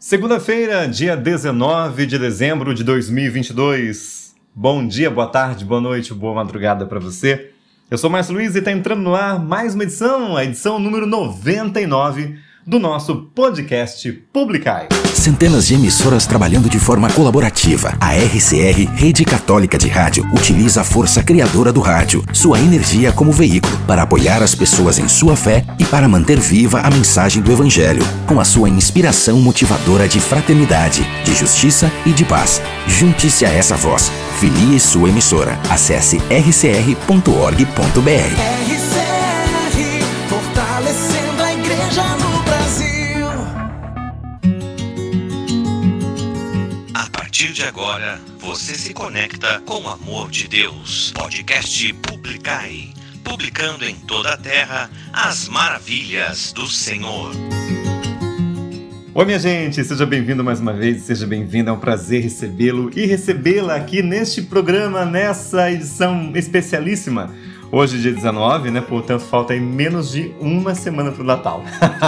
Segunda-feira, dia 19 de dezembro de 2022. Bom dia, boa tarde, boa noite, boa madrugada para você. Eu sou o Márcio Luiz e está entrando no ar mais uma edição, a edição número 99 do nosso podcast Publicai. Centenas de emissoras trabalhando de forma colaborativa. A RCR, Rede Católica de Rádio, utiliza a força criadora do rádio, sua energia como veículo, para apoiar as pessoas em sua fé e para manter viva a mensagem do Evangelho, com a sua inspiração motivadora de fraternidade, de justiça e de paz. Junte-se a essa voz. Filie sua emissora. Acesse rcr.org.br. RCR, fortalecendo a igreja no Brasil. A partir de agora, você se conecta com o amor de Deus. Podcast Publicai, publicando em toda a terra as maravilhas do Senhor. Oi, minha gente, seja bem-vindo mais uma vez, seja bem-vindo, é um prazer recebê-lo e recebê-la aqui neste programa, nessa edição especialíssima. Hoje, dia 19, né? Portanto, falta aí menos de uma semana para o Natal.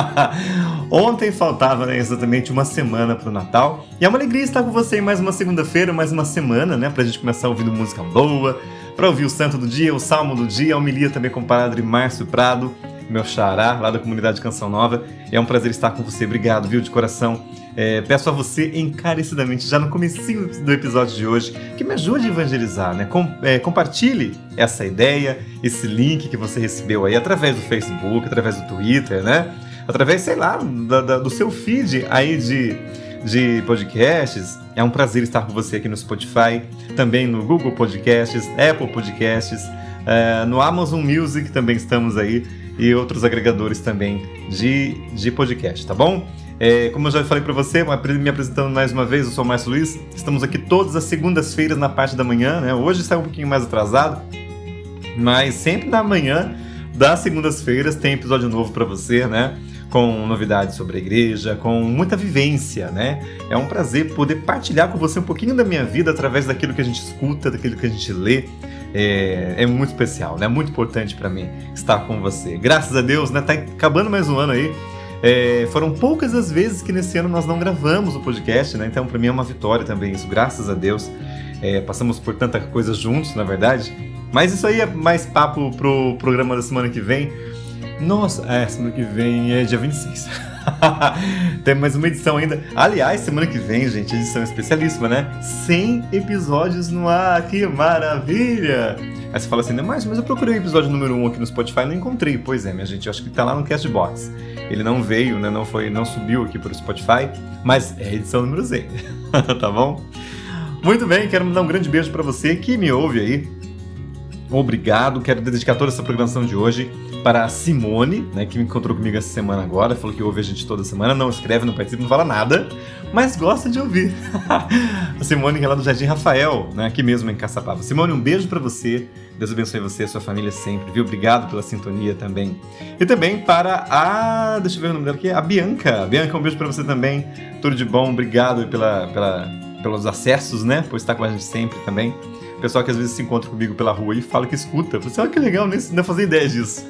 Ontem faltava, né, exatamente uma semana para o Natal. E é uma alegria estar com você em mais uma segunda-feira, mais uma semana, né? Para a gente começar ouvindo música boa, para ouvir o Santo do Dia, o Salmo do Dia, a homilia também com o Padre Márcio Prado, meu xará, lá da comunidade Canção Nova. É um prazer estar com você. Obrigado, viu, de coração. Peço a você encarecidamente, já no comecinho do episódio de hoje, que me ajude a evangelizar, né? Compartilhe essa ideia, esse link que você recebeu aí através do Facebook, através do Twitter, né? Através, sei lá, do seu feed aí de podcasts. É um prazer estar com você aqui no Spotify, também no Google Podcasts, Apple Podcasts, no Amazon Music também estamos aí, e outros agregadores também de podcast, tá bom? Como eu já falei para você, me apresentando mais uma vez, eu sou o Márcio Luiz. Estamos aqui todas as segundas-feiras na parte da manhã, né? Hoje saiu um pouquinho mais atrasado, mas sempre na manhã das segundas-feiras tem episódio novo para você, né? Com novidades sobre a igreja, com muita vivência, né? É um prazer poder partilhar com você um pouquinho da minha vida através daquilo que a gente escuta, daquilo que a gente lê. É muito especial, né? Muito importante para mim estar com você. Graças a Deus, né? Tá acabando mais um ano aí. Foram poucas as vezes que nesse ano nós não gravamos o podcast, né? Então, para mim é uma vitória também isso, graças a Deus. Passamos por tanta coisa juntos, na verdade. Mas isso aí é mais papo pro programa da semana que vem. Nossa, semana que vem é dia 26. Tem mais uma edição ainda. Aliás, semana que vem, gente, edição especialíssima, né? 100 episódios no ar, que maravilha! Aí você fala assim, mas eu procurei o episódio número 1 aqui no Spotify e não encontrei. Pois é, minha gente, eu acho que tá lá no Castbox. Ele não veio, né? Não subiu aqui pro Spotify, mas é a edição número 100, tá bom? Muito bem, quero mandar um grande beijo pra você que me ouve aí. Obrigado, quero dedicar toda essa programação de hoje para a Simone, né, que me encontrou comigo essa semana agora, falou que ouve a gente toda semana, não escreve, não participa, não fala nada, mas gosta de ouvir. A Simone, que é lá do Jardim Rafael, né, aqui mesmo em Caçapava. Simone, um beijo para você, Deus abençoe você e a sua família sempre, viu? Obrigado pela sintonia também. E também para deixa eu ver o nome dela aqui, a Bianca. Bianca, um beijo para você também, tudo de bom, obrigado pelos acessos, né, por estar com a gente sempre também. Pessoal que às vezes se encontra comigo pela rua e fala que escuta. Você, olha que legal, nem fazia ideia disso.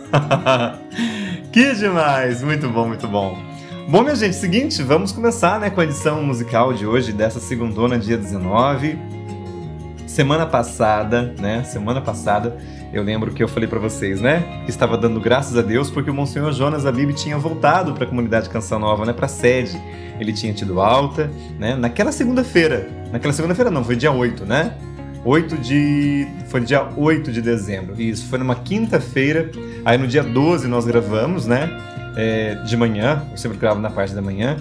Que demais! Muito bom, muito bom. Bom, minha gente, seguinte, vamos começar, né, com a edição musical de hoje, dessa segundona, dia 19. Semana passada, eu lembro que eu falei pra vocês, né, que estava dando graças a Deus porque o Monsenhor Jonas Abib tinha voltado para a comunidade Canção Nova, né, pra sede. Ele tinha tido alta, né, naquela segunda-feira não, foi dia 8, né? Foi dia 8 de dezembro, isso, foi numa quinta-feira, aí no dia 12 nós gravamos, né, de manhã, eu sempre gravo na parte da manhã,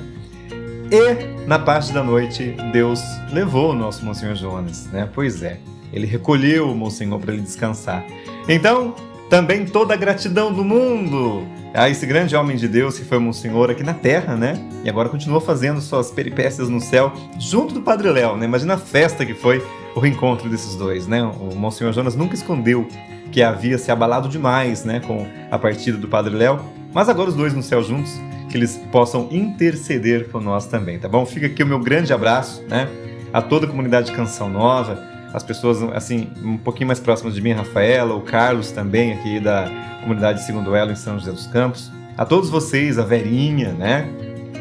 e na parte da noite Deus levou o nosso Monsenhor Jonas, né, pois é, ele recolheu o Monsenhor para ele descansar. Então, também toda a gratidão do mundo a esse grande homem de Deus que foi o Monsenhor aqui na terra, né, e agora continua fazendo suas peripécias no céu, junto do Padre Léo, né, imagina a festa que foi o reencontro desses dois, né? O Monsenhor Jonas nunca escondeu que havia se abalado demais, né, com a partida do Padre Léo, mas agora os dois no céu juntos, que eles possam interceder por nós também, tá bom? Fica aqui o meu grande abraço, né, a toda a comunidade de Canção Nova, as pessoas, assim, um pouquinho mais próximas de mim, a Rafaela, o Carlos também, aqui da comunidade Segundo Elo, em São José dos Campos, a todos vocês, a Verinha, né,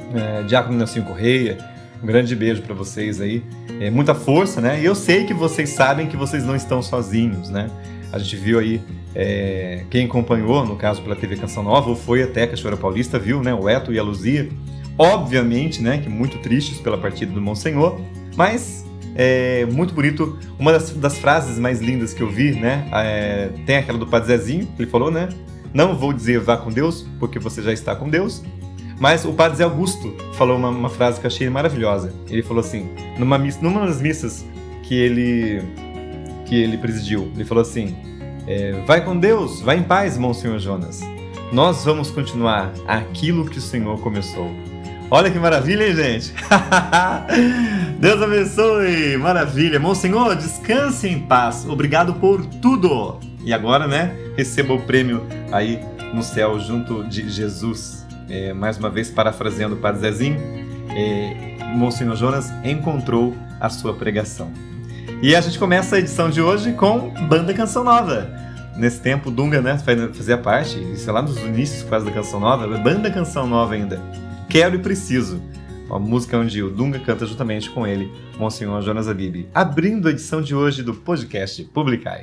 Diácono Nelson Correia, um grande beijo para vocês aí, muita força, né? E eu sei que vocês sabem que vocês não estão sozinhos, né? A gente viu aí, quem acompanhou, no caso pela TV Canção Nova, ou foi até a Cachoeira Paulista, viu, né? O Eto e a Luzia, obviamente, né? Que muito tristes pela partida do Monsenhor, mas muito bonito. Uma das frases mais lindas que eu vi, né? Tem aquela do Padre Zezinho, que ele falou, né? Não vou dizer vá com Deus, porque você já está com Deus. Mas o Padre Zé Augusto falou uma frase que eu achei maravilhosa. Ele falou assim, numa das missas que ele presidiu, ele falou assim, vai com Deus, vai em paz, Monsenhor Jonas. Nós vamos continuar aquilo que o Senhor começou. Olha que maravilha, hein, gente? Deus abençoe, maravilha. Monsenhor, descanse em paz. Obrigado por tudo. E agora, né, receba o prêmio aí no céu junto de Jesus. Mais uma vez, parafraseando o Padre Zezinho, Monsenhor Jonas encontrou a sua pregação. E a gente começa a edição de hoje com Banda Canção Nova. Nesse tempo, o Dunga, né, fazia parte, isso é lá nos inícios quase da Canção Nova, Banda Canção Nova ainda. Quero e Preciso, uma música onde o Dunga canta juntamente com ele, Monsenhor Jonas Abib, abrindo a edição de hoje do podcast Publicai.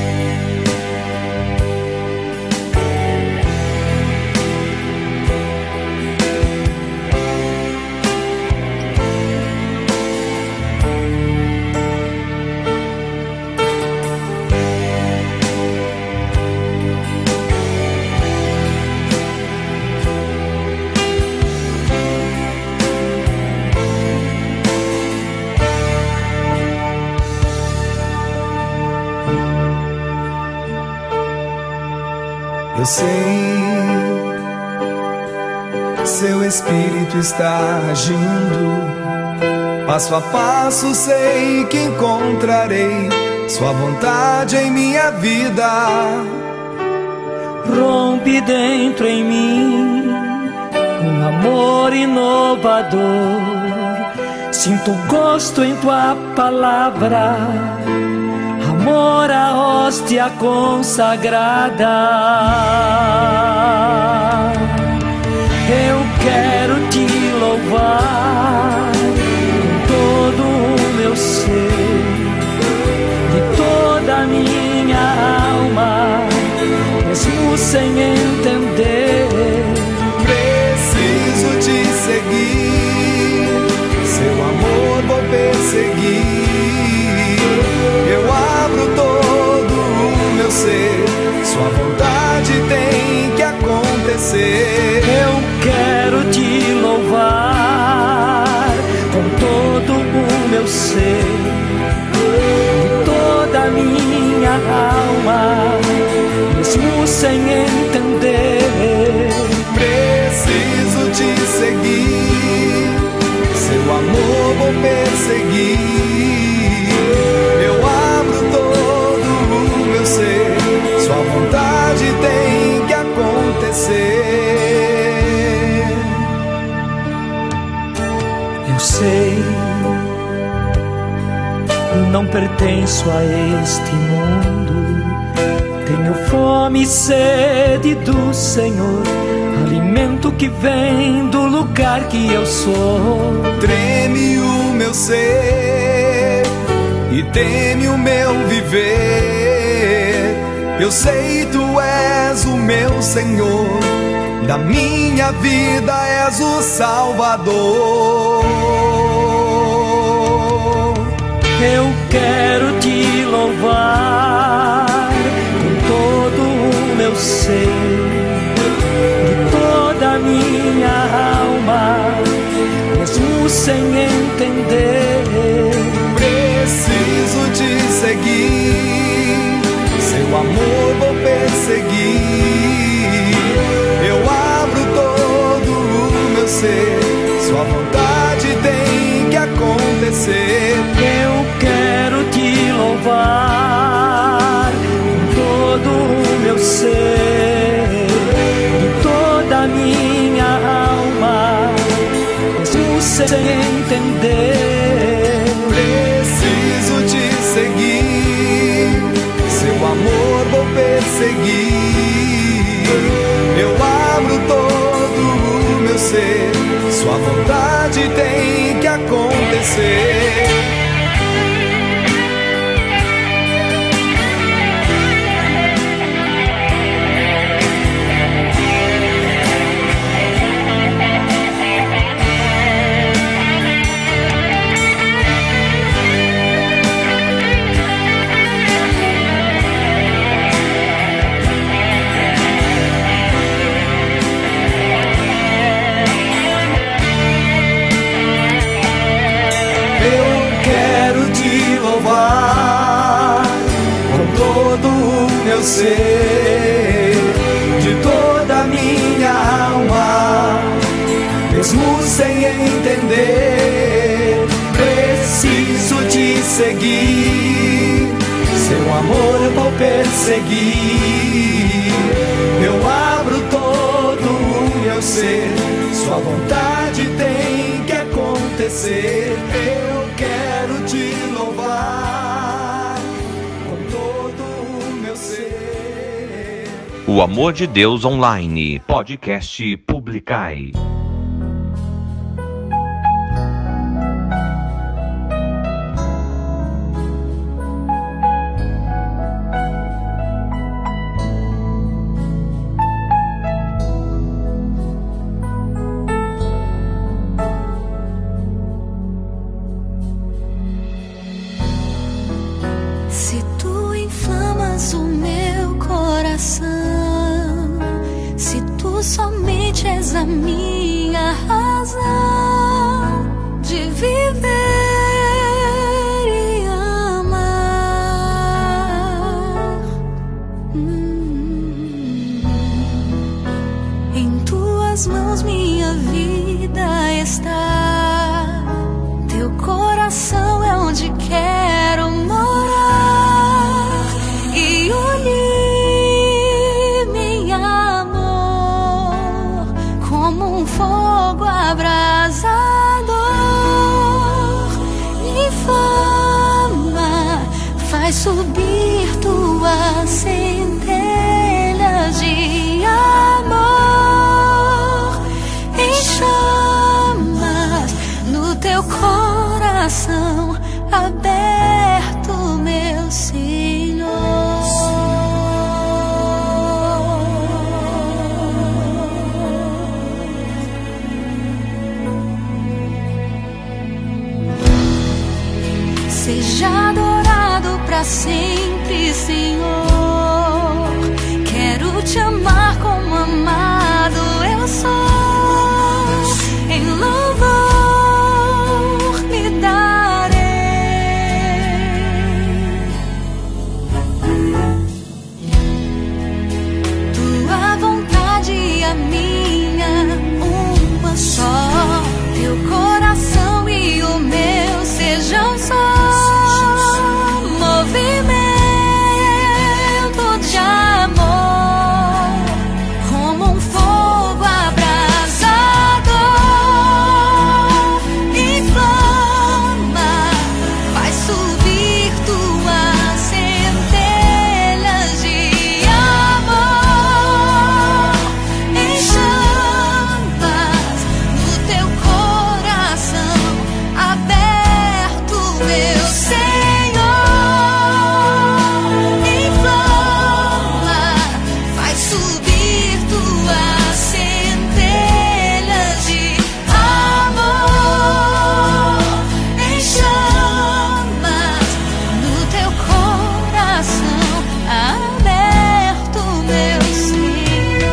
Eu sei, seu Espírito está agindo. Passo a passo sei que encontrarei sua vontade em minha vida. Rompe dentro em mim um amor inovador. Sinto gosto em tua palavra, amor à hóstia consagrada. Eu quero te louvar com todo o meu ser, de toda a minha alma, mesmo sem entender. Preciso te seguir, seu amor vou perseguir. Eu abro todo o meu ser, sua vontade tem que acontecer. Eu quero te louvar com todo o meu ser, de toda a minha alma, mesmo sem entender. Preciso te seguir, seu amor vou perseguir. Sua vontade tem que acontecer. Eu sei, não pertenço a este mundo. Tenho fome e sede do Senhor, alimento que vem do lugar que eu sou. Treme o meu ser e teme o meu viver. Eu sei, tu és o meu Senhor, da minha vida és o Salvador. Eu quero te louvar com todo o meu ser, de toda a minha alma, mesmo sem entender. Preciso te seguir, seu amor vou perseguir. Eu abro todo o meu ser, sua vontade tem que acontecer. Eu quero te louvar com todo o meu ser, de toda a minha alma, mesmo sem entender. Preciso te seguir, seu amor vou perseguir. Eu abro todo o meu ser, ser, sua vontade tem que acontecer. Eu sei de toda a minha alma, mesmo sem entender, preciso te seguir. Seu amor eu vou perseguir. Eu abro todo o meu ser, sua vontade tem que acontecer. Eu quero te louvar com todo o meu ser. O Amor de Deus Online, podcast Publicai. Se tu inflamas o meu coração, se tu somente és a minha razão de viver e amar, em tuas mãos minha vida está, teu coração é onde quero morar e unir-me em amor como um fogo abrasador. Inflama, faz subir tuas centelhas de amor em chamas no teu coração aberto, meu Senhor. Seja adorado pra sempre, Senhor. Quero te amar como amado eu sou. Em louvor me darei. Tua vontade e a minha, uma só. Teu coração e o meu sejam só. Movimento de amor, como um fogo abrasador. Inflama, faz subir tuas centelhas de amor em chamas no teu coração aberto, meu Senhor. Inflama, faz subir tuas centelhas de amor em chamas no teu coração aberto, meu Senhor.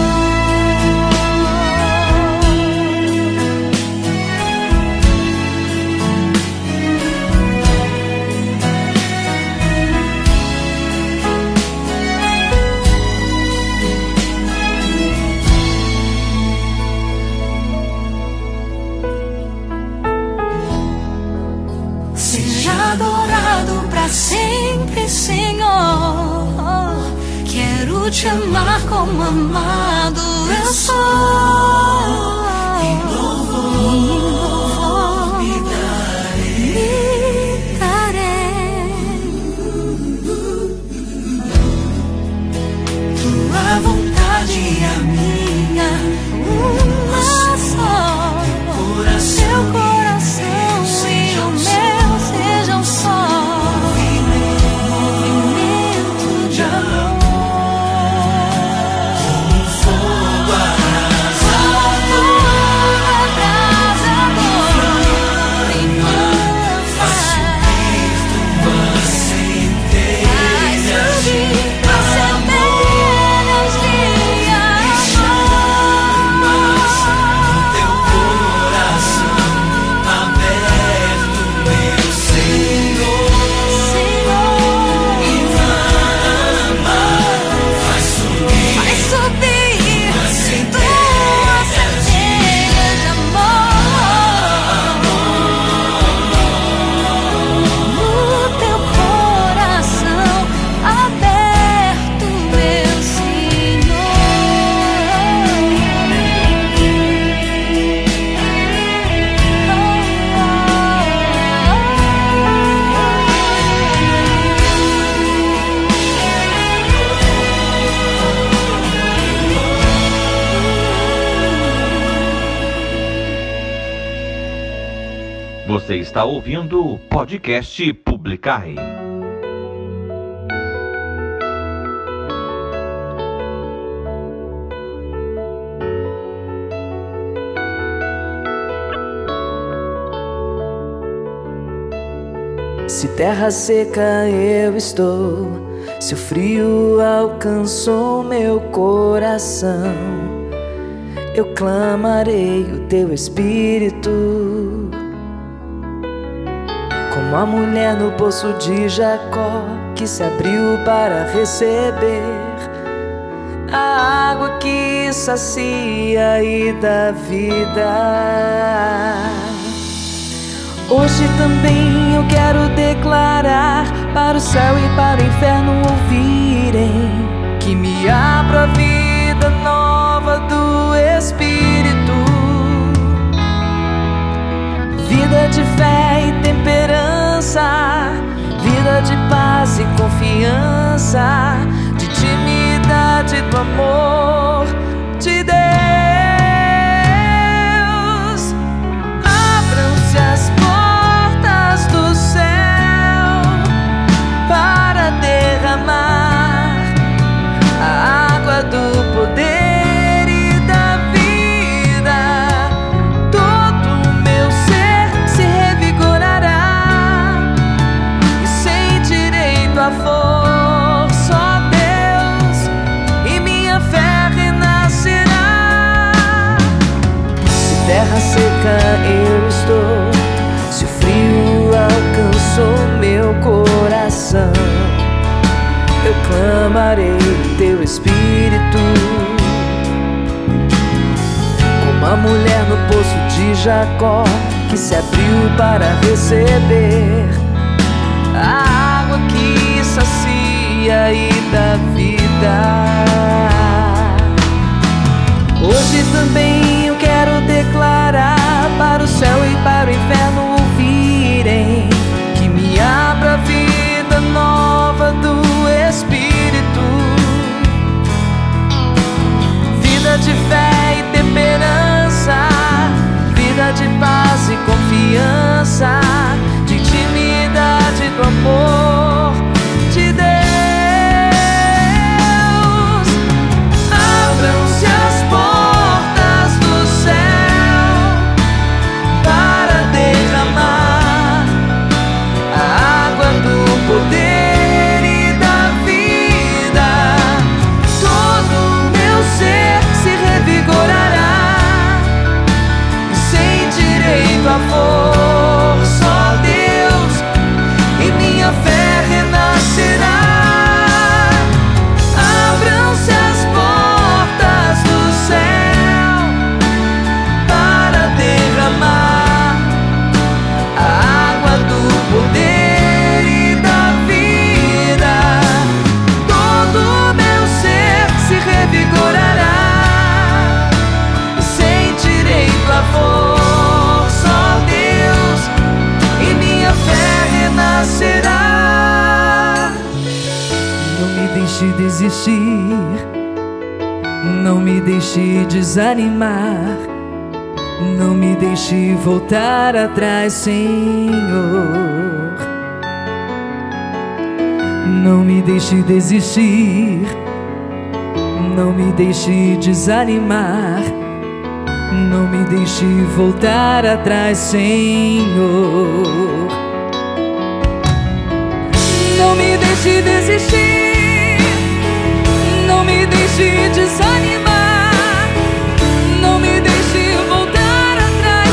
Seja adorado pra sempre, Senhor. Quero te amar como amado eu sou. Em louvor me darei. Tua vontade é a minha, uma só. Você está ouvindo o podcast Publicai. Se terra seca eu estou, se o frio alcançou meu coração, eu clamarei o teu Espírito. Como a mulher no poço de Jacó, que se abriu para receber a água que sacia e dá vida. Hoje também eu quero declarar para o céu e para o inferno ouvirem que me abro a vida nova do Espírito. Vida de fé e temperança, vida de paz e confiança, de intimidade do amor de Deus. Abram-se as portas do céu para derramar a água do poder. Terra seca eu estou, se o frio alcançou meu coração, eu clamarei o teu Espírito. Como a mulher no poço de Jacó, que se abriu para receber a água que sacia e dá vida. Hoje também eu quero declarar para o céu e para o inferno ouvirem que me abra a vida nova do Espírito. Vida de fé e temperança, vida de paz e confiança, de intimidade do amor de Deus. Abram-se as portas do céu para derramar a água do poder e da vida. Todo o meu ser se revigorará e sentirei tua força, ó Deus, e minha fé renascerá. Abram-se as portas do céu para derramar a água do poder e da vida. Todo o meu ser se revigorará e sentirei tua força, ó Deus, e minha fé renascerá. Não me deixe desistir, não me deixe desanimar, não me deixe voltar atrás, Senhor. Não me deixe desistir, não me deixe desanimar, não me deixe voltar atrás, Senhor. Não me deixe desistir, não me deixe desanimar, não me deixe voltar atrás,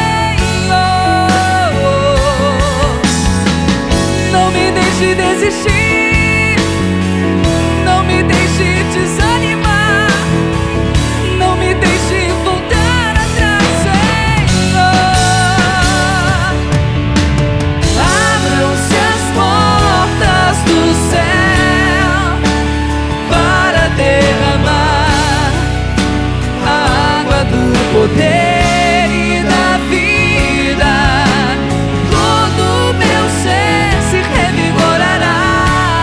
Senhor. Não me deixe desistir, não me deixe desanimar, não me deixe voltar atrás, Senhor. Abram-se as portas do céu para derramar a água do poder e da vida. Todo o meu ser se revigorará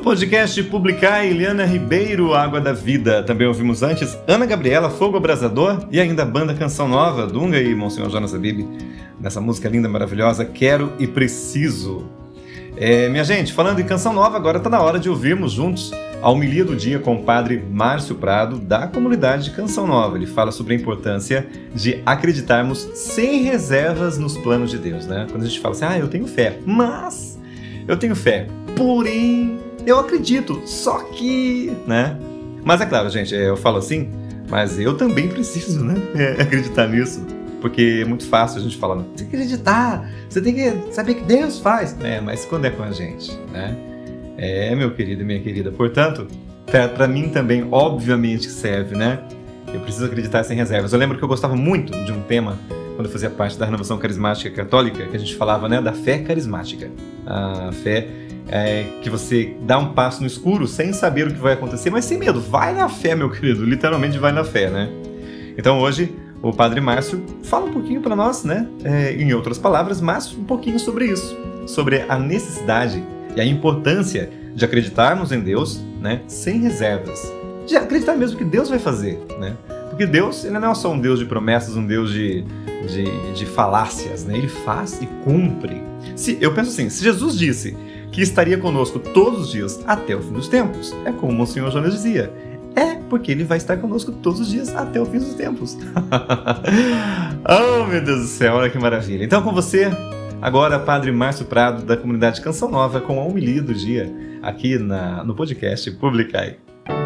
podcast Publicar, Eliana Ribeiro, Água da Vida. Também ouvimos antes Ana Gabriela, Fogo Abrasador, e ainda a banda Canção Nova, Dunga e Monsenhor Jonas Abib, nessa música linda, maravilhosa, Quero e Preciso. Minha gente, falando em Canção Nova, agora está na hora de ouvirmos juntos a homilia do dia com o padre Márcio Prado, da comunidade de Canção Nova. Ele fala sobre a importância de acreditarmos sem reservas nos planos de Deus, né? Quando a gente fala assim, eu tenho fé, porém, eu acredito, só que, né? Mas é claro, gente, eu falo assim, mas eu também preciso, né? Acreditar nisso, porque é muito fácil a gente falar, você tem que acreditar, você tem que saber que Deus faz, mas quando é com a gente, né? Meu querido e minha querida, portanto, para mim também, obviamente, serve, né? Eu preciso acreditar sem reservas. Eu lembro que eu gostava muito de um tema, quando eu fazia parte da Renovação Carismática Católica, que a gente falava, né, da fé carismática. A fé que você dá um passo no escuro sem saber o que vai acontecer, mas sem medo. Vai na fé, meu querido, literalmente vai na fé, né? Então hoje o Padre Márcio fala um pouquinho para nós, né? Em outras palavras, mas um pouquinho sobre isso, sobre a necessidade e a importância de acreditarmos em Deus, né, sem reservas. De acreditar mesmo que Deus vai fazer, né? Porque Deus, ele não é só um Deus de promessas, um Deus de falácias, né? Ele faz e cumpre. Eu penso assim, se Jesus disse que estaria conosco todos os dias até o fim dos tempos, é como o Senhor Jonas dizia, porque ele vai estar conosco todos os dias até o fim dos tempos. Oh, meu Deus do céu, olha que maravilha. Então, com você, agora, Padre Márcio Prado, da comunidade Canção Nova, com a homilia do dia, aqui no podcast Publicai.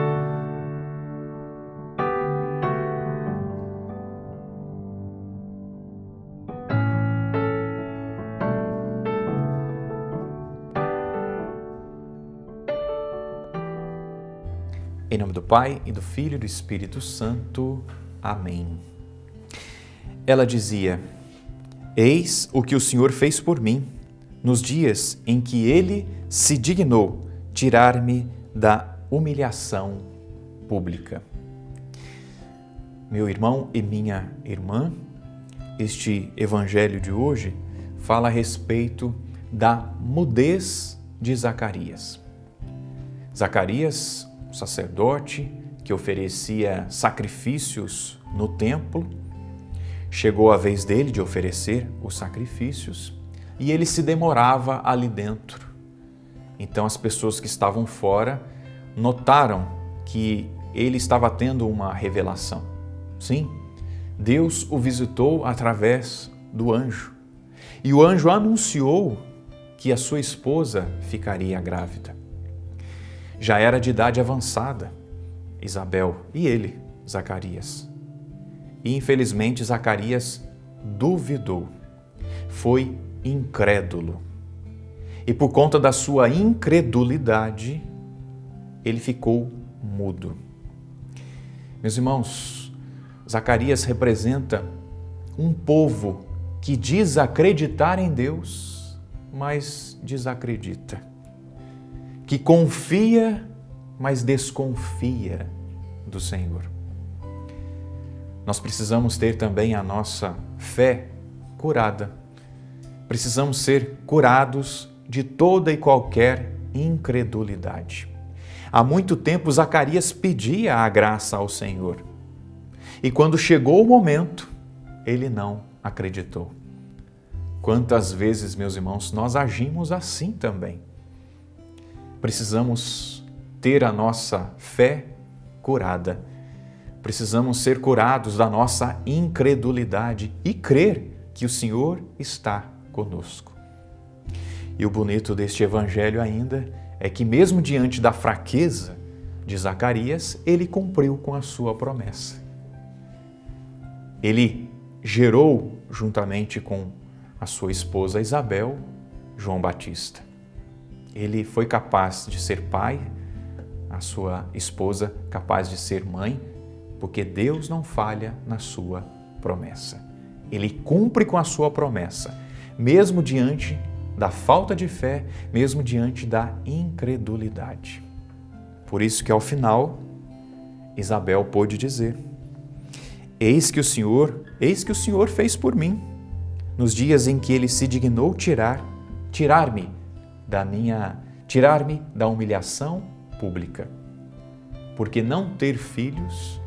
Em nome do Pai, e do Filho e do Espírito Santo. Amém. Ela dizia, eis o que o Senhor fez por mim, nos dias em que Ele se dignou tirar-me da humilhação pública. Meu irmão e minha irmã, este evangelho de hoje fala a respeito da mudez de Zacarias. Zacarias, sacerdote que oferecia sacrifícios no templo, chegou a vez dele de oferecer os sacrifícios e ele se demorava ali dentro. Então as pessoas que estavam fora notaram que ele estava tendo uma revelação. Sim, Deus o visitou através do anjo e o anjo anunciou que a sua esposa ficaria grávida. Já era de idade avançada, Isabel, e ele, Zacarias. E infelizmente Zacarias duvidou, foi incrédulo. E por conta da sua incredulidade, ele ficou mudo. Meus irmãos, Zacarias representa um povo que diz acreditar em Deus, mas desacredita. Que confia, mas desconfia do Senhor. Nós precisamos ter também a nossa fé curada. Precisamos ser curados de toda e qualquer incredulidade. Há muito tempo, Zacarias pedia a graça ao Senhor. E quando chegou o momento, ele não acreditou. Quantas vezes, meus irmãos, nós agimos assim também. Precisamos ter a nossa fé curada. Precisamos ser curados da nossa incredulidade e crer que o Senhor está conosco. E o bonito deste evangelho ainda é que mesmo diante da fraqueza de Zacarias, ele cumpriu com a sua promessa. Ele gerou, juntamente com a sua esposa Isabel, João Batista. Ele foi capaz de ser pai, a sua esposa capaz de ser mãe, porque Deus não falha na sua promessa. Ele cumpre com a sua promessa, mesmo diante da falta de fé, mesmo diante da incredulidade. Por isso que ao final, Isabel pôde dizer, eis que o Senhor fez por mim, nos dias em que Ele se dignou tirar-me da minha tirar-me da humilhação pública. Porque não ter filho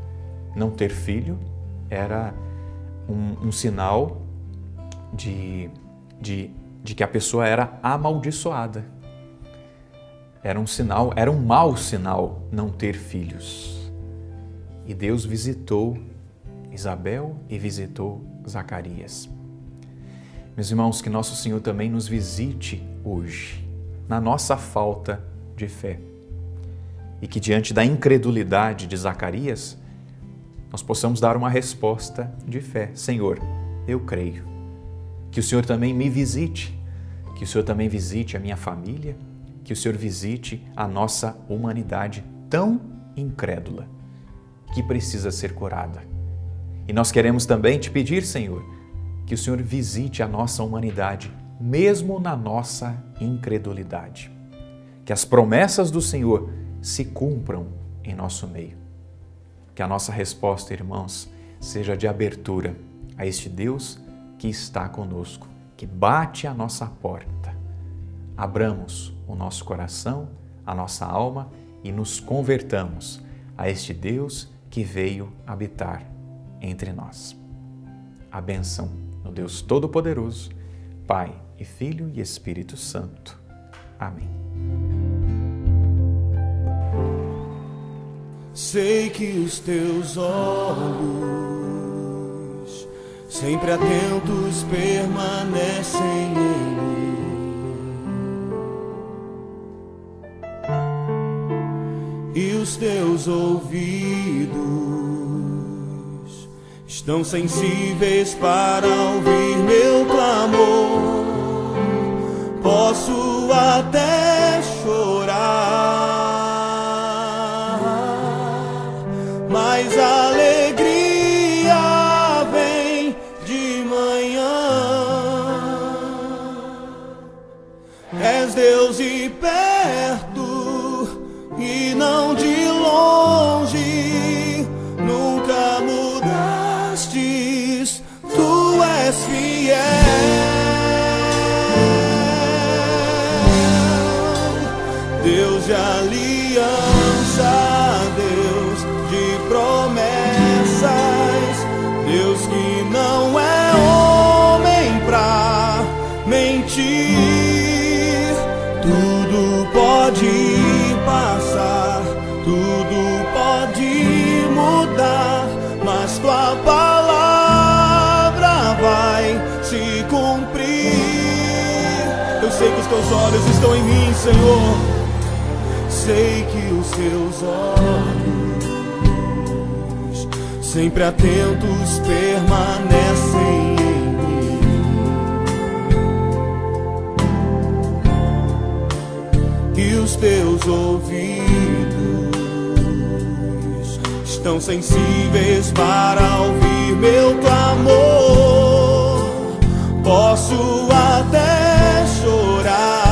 era um sinal de que a pessoa era amaldiçoada. Era um mau sinal não ter filhos. E Deus visitou Isabel e visitou Zacarias. Meus irmãos, que nosso Senhor também nos visite hoje, na nossa falta de fé. E que diante da incredulidade de Zacarias, nós possamos dar uma resposta de fé. Senhor, eu creio. Que o Senhor também me visite, que o Senhor também visite a minha família, que o Senhor visite a nossa humanidade tão incrédula, que precisa ser curada. E nós queremos também te pedir, Senhor, que o Senhor visite a nossa humanidade, mesmo na nossa incredulidade. Que as promessas do Senhor se cumpram em nosso meio. Que a nossa resposta, irmãos, seja de abertura a este Deus que está conosco, que bate à nossa porta. Abramos o nosso coração, a nossa alma e nos convertamos a este Deus que veio habitar entre nós. A bênção no Deus Todo-Poderoso, Pai e Filho e Espírito Santo. Amém. Sei que os teus olhos, sempre atentos, permanecem em mim, e os teus ouvidos estão sensíveis para ouvir meu clamor. Posso até chorar, mas a alegria vem de manhã. És Deus de perto e não de longe, nunca mudastes, tu és fiel. Deus de aliança, Deus de promessas, Deus que não é homem pra mentir. Tudo pode passar, tudo pode mudar, mas tua palavra vai se cumprir. Eu sei que os teus olhos estão em mim, Senhor. Sei que os teus olhos, sempre atentos, permanecem em mim, e os teus ouvidos estão sensíveis para ouvir meu clamor. Posso até chorar,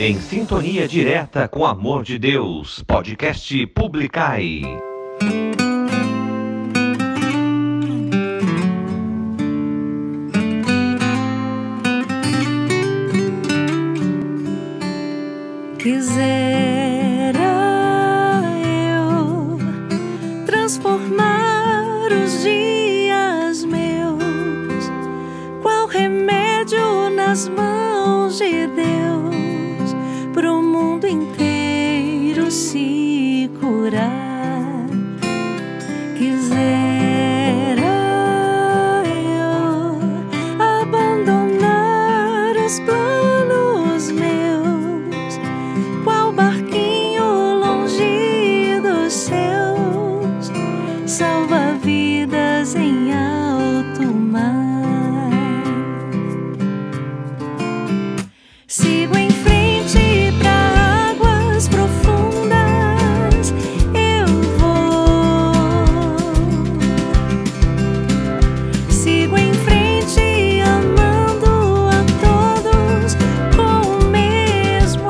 Em sintonia direta com o amor de Deus. Podcast Publicai. Quisera eu transformar os dias meus, qual remédio nas mãos de Deus, pro mundo inteiro se curar. Quisera eu abandonar os planos meus, qual barquinho longe dos seus, salva-vidas em alto mar. Sigo em frente pra águas profundas, eu vou. Sigo em frente amando a todos com o mesmo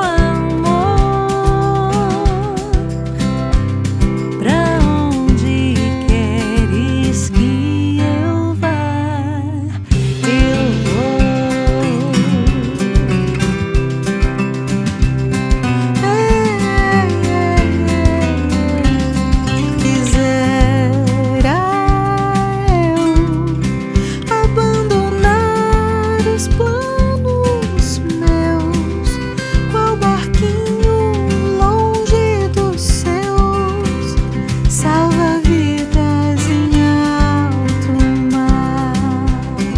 amor. Pra onde queres que eu vá, eu vou. Quisera eu abandonar os planos meus, qual barquinho longe dos seus, salva-vidas em alto mar.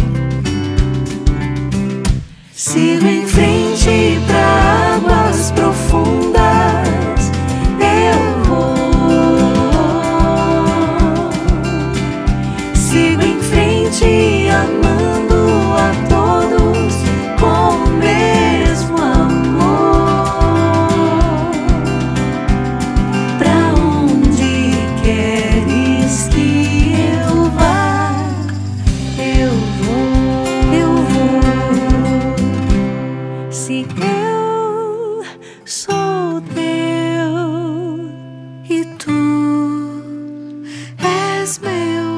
Sigo em frente pra águas profundas, eu vou. Sigo em frente amando a todos com o mesmo amor. Pra onde queres que eu vá, eu vou. Se eu sou teu e tu és meu,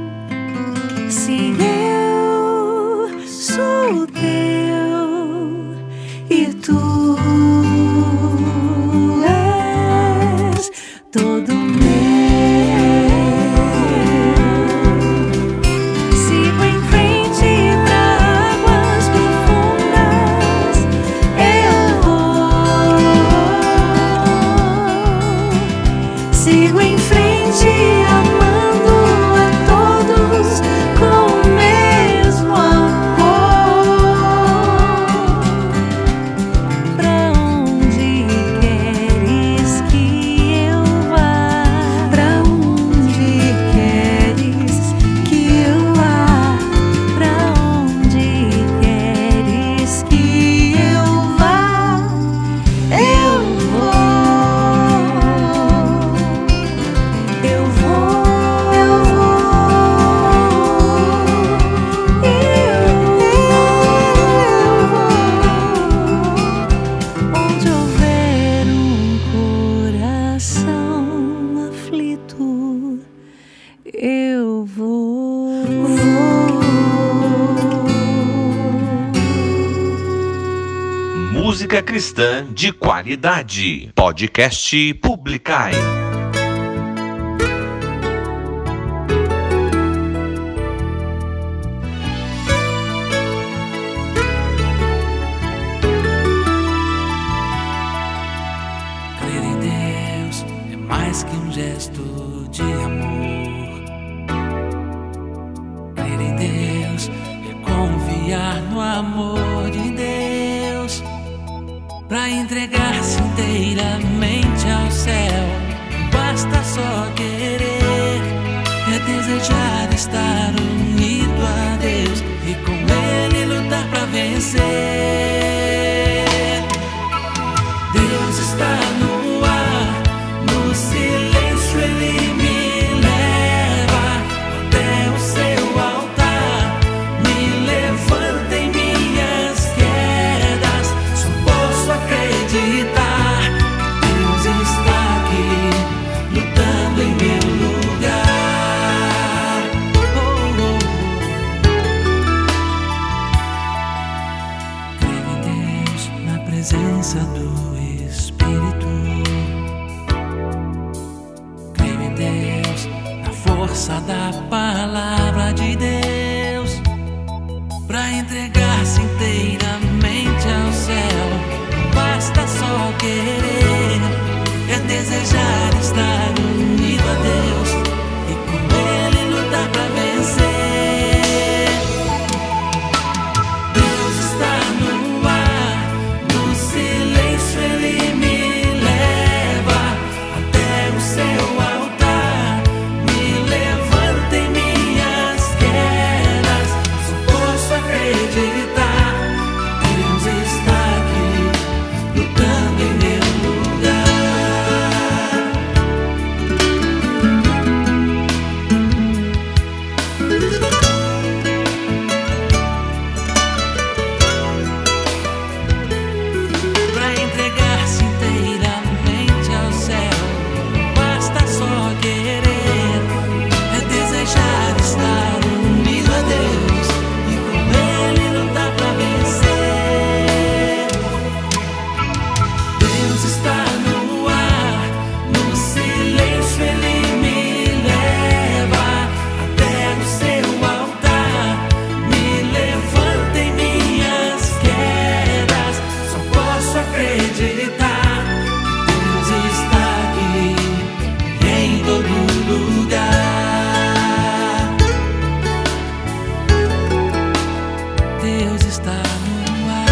se eu sou teu e tu és todo meu. Sigo em frente pra águas profundas, eu vou. Sigo em frente amando a todos com o mesmo amor. Pra onde queres que eu vá, pra onde queres que eu vá, pra onde queres que eu vá, eu vou. Eu vou, eu vou, onde houver coração aflito, eu vou. Música cristã de qualidade. Podcast Publicai. Crer em Deus é mais que um gesto de amor. Crer em Deus é confiar no amor de Deus, pra entregar-se inteiramente ao céu. Basta só querer, é desejar estar unido a Deus e com Ele lutar pra vencer. Deus está no ar, no silêncio Ele me leva até o seu altar, me levanta em minhas quedas. Só posso acreditar. presença do Espírito. Creio em Deus, na força da palavra de Deus, pra entregar-se inteiramente ao céu. Basta só querer, é desejar estar unido a Deus e com Ele lutar pra vencer. Deus está no ar, no silêncio Ele me leva até o seu altar, me levanta em minhas quedas. Só posso acreditar, Deus está aqui lutando em meu lugar. Pra entregar-se inteiramente ao céu, basta só querer, é desejar estar unido a Deus e com Ele lutar pra vencer. Deus está no ar, no silêncio Ele me leva até o seu altar, me levanta em minhas quedas. Só posso acreditar que Deus está aqui em todo lugar. Deus está no ar.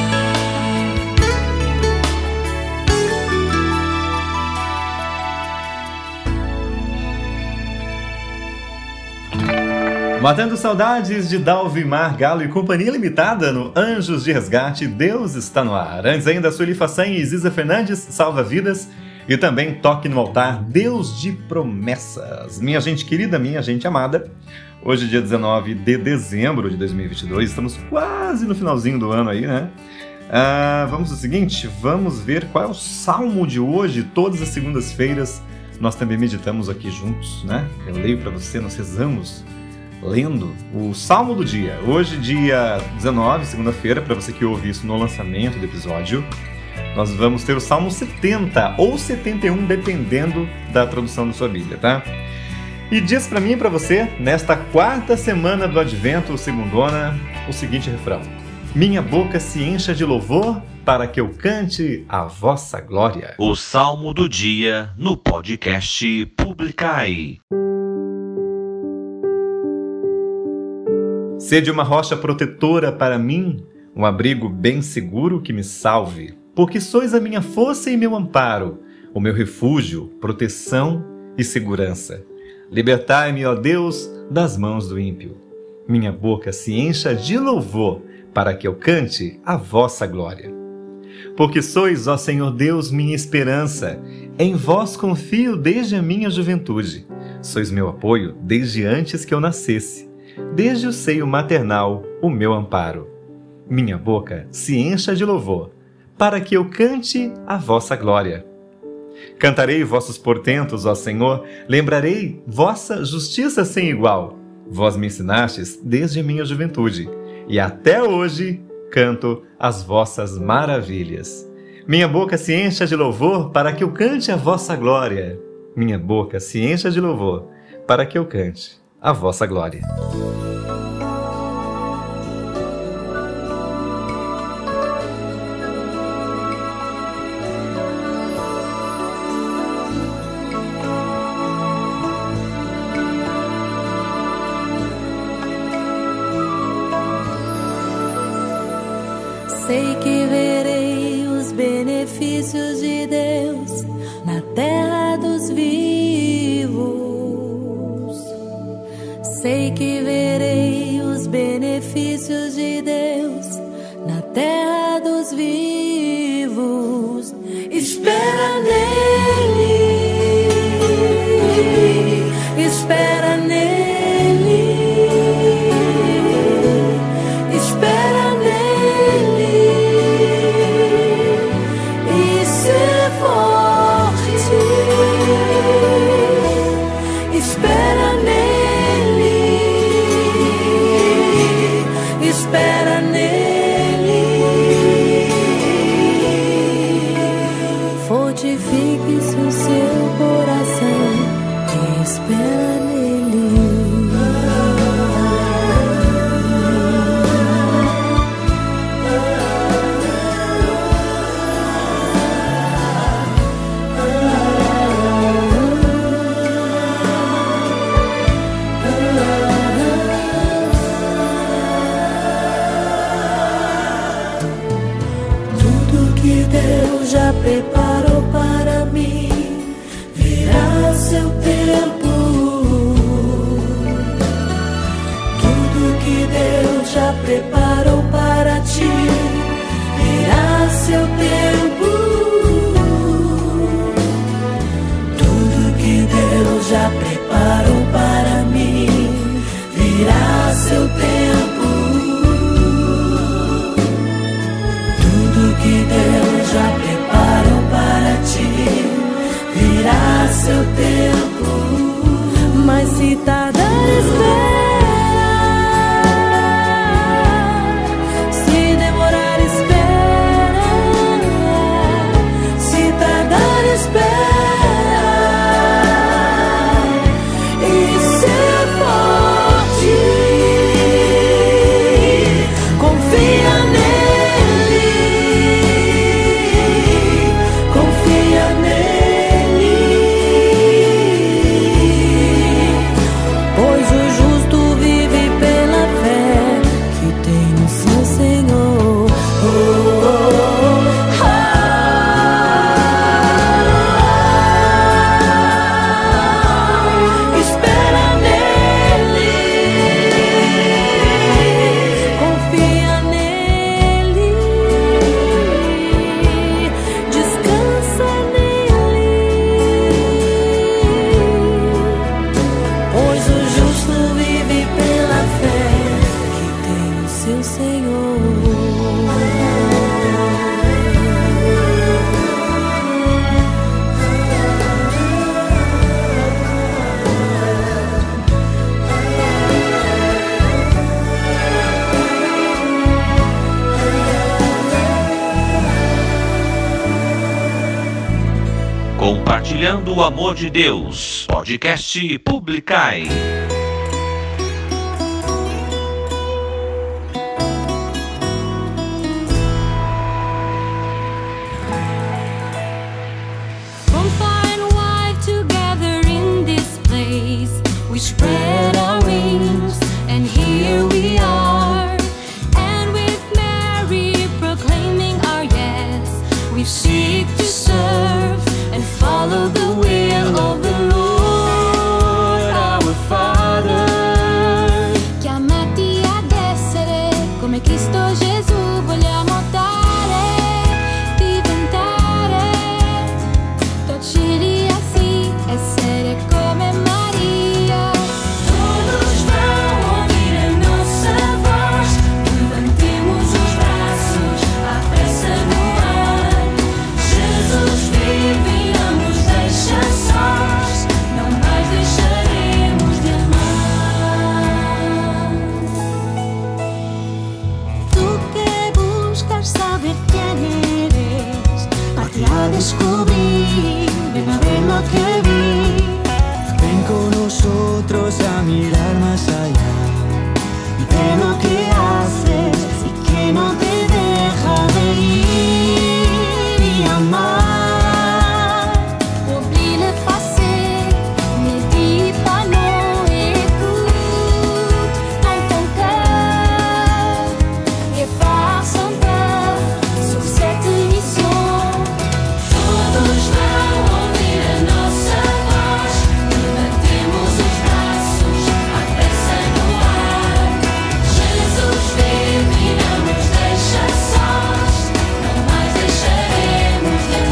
Matando saudades de Dalvimar Galo e Companhia Limitada no Anjos de Resgate, Deus está no ar. Antes ainda, Sueli Façanha e Ziza Fernandes, Salva Vidas. E também Toque no Altar, Deus de Promessas. Minha gente querida, minha gente amada, hoje dia 19 de dezembro de 2022, estamos quase no finalzinho do ano aí, né? Vamos ao seguinte, vamos ver qual é o salmo de hoje. Todas as segundas-feiras nós também meditamos aqui juntos, né? Eu leio para você, nós rezamos lendo o Salmo do Dia. Hoje, dia 19, segunda-feira, para você que ouve isso no lançamento do episódio, nós vamos ter o Salmo 70 ou 71, dependendo da tradução da sua Bíblia, tá? E diz para mim e para você, nesta quarta semana do Advento, segundona, o seguinte refrão: minha boca se encha de louvor para que eu cante a vossa glória. O Salmo do Dia no podcast Publicai. Sede uma rocha protetora para mim, um abrigo bem seguro que me salve, porque sois a minha força e meu amparo, o meu refúgio, proteção e segurança. Libertai-me, ó Deus, das mãos do ímpio. Minha boca se encha de louvor, para que eu cante a vossa glória. Porque sois, ó Senhor Deus, minha esperança, em vós confio desde a minha juventude. Sois meu apoio desde antes que eu nascesse. Desde o seio maternal, o meu amparo. Minha boca se encha de louvor, para que eu cante a vossa glória. Cantarei vossos portentos, ó Senhor, lembrarei vossa justiça sem igual. Vós me ensinastes desde a minha juventude, e até hoje canto as vossas maravilhas. Minha boca se encha de louvor, para que eu cante a vossa glória. Minha boca se encha de louvor, para que eu cante a vossa glória. Sei que verei os benefícios de Deus na terra dos vivos. Sei que verei os benefícios de Deus na terra dos vivos. Espera nele, espera nele, espera nele e ser forte. Espera nele, espera nele que Deus já preparou para mim virá seu tempo. Tudo que Deus já preparou para ti virá seu tempo. Tudo que Deus já preparou para mim virá seu tempo. Tudo que Deus já preparou para ti virá seu tempo. Mas se tardar, espera. Se demorar, espera. Se tardar, espera. E ser forte. Confia nele. Confia nele. Pois o justo vive pela fé que tem no seu Senhor. Espera nele. Confia nele. Descansa nele. Pois o justo vive pela fé que tem no seu Senhor. Compartilhando o amor de Deus. Podcast Publicai. From far and wide together in this place, we spread our wings, and here we are. And with Mary proclaiming our yes, we seek to serve and follow the will of the Lord our Father. Chiamati ad essere come Cristo Gesù, vogliamo dare, diventare docili assim, essere come Maria. Todos vão ouvir a nossa voz, levantemos os braços, à pressa no ar. Jesus vive e não nos deixa sós, não mais deixaremos de amar. Tu que buscas saber quién eres, parte a descubrir, ven a ver lo que vi. Ven con nosotros a mirar más allá y ve lo que haces y que no te deja de ir y amar. Oublie le passé, médite pas, non, écoute dans ton cœur et pars sans peur sur cette mission. Todos vão ouvir a nossa voz, levantemos os braços, à pressa no ar. Jesus vive e não nos deixa sós, não mais deixaremos de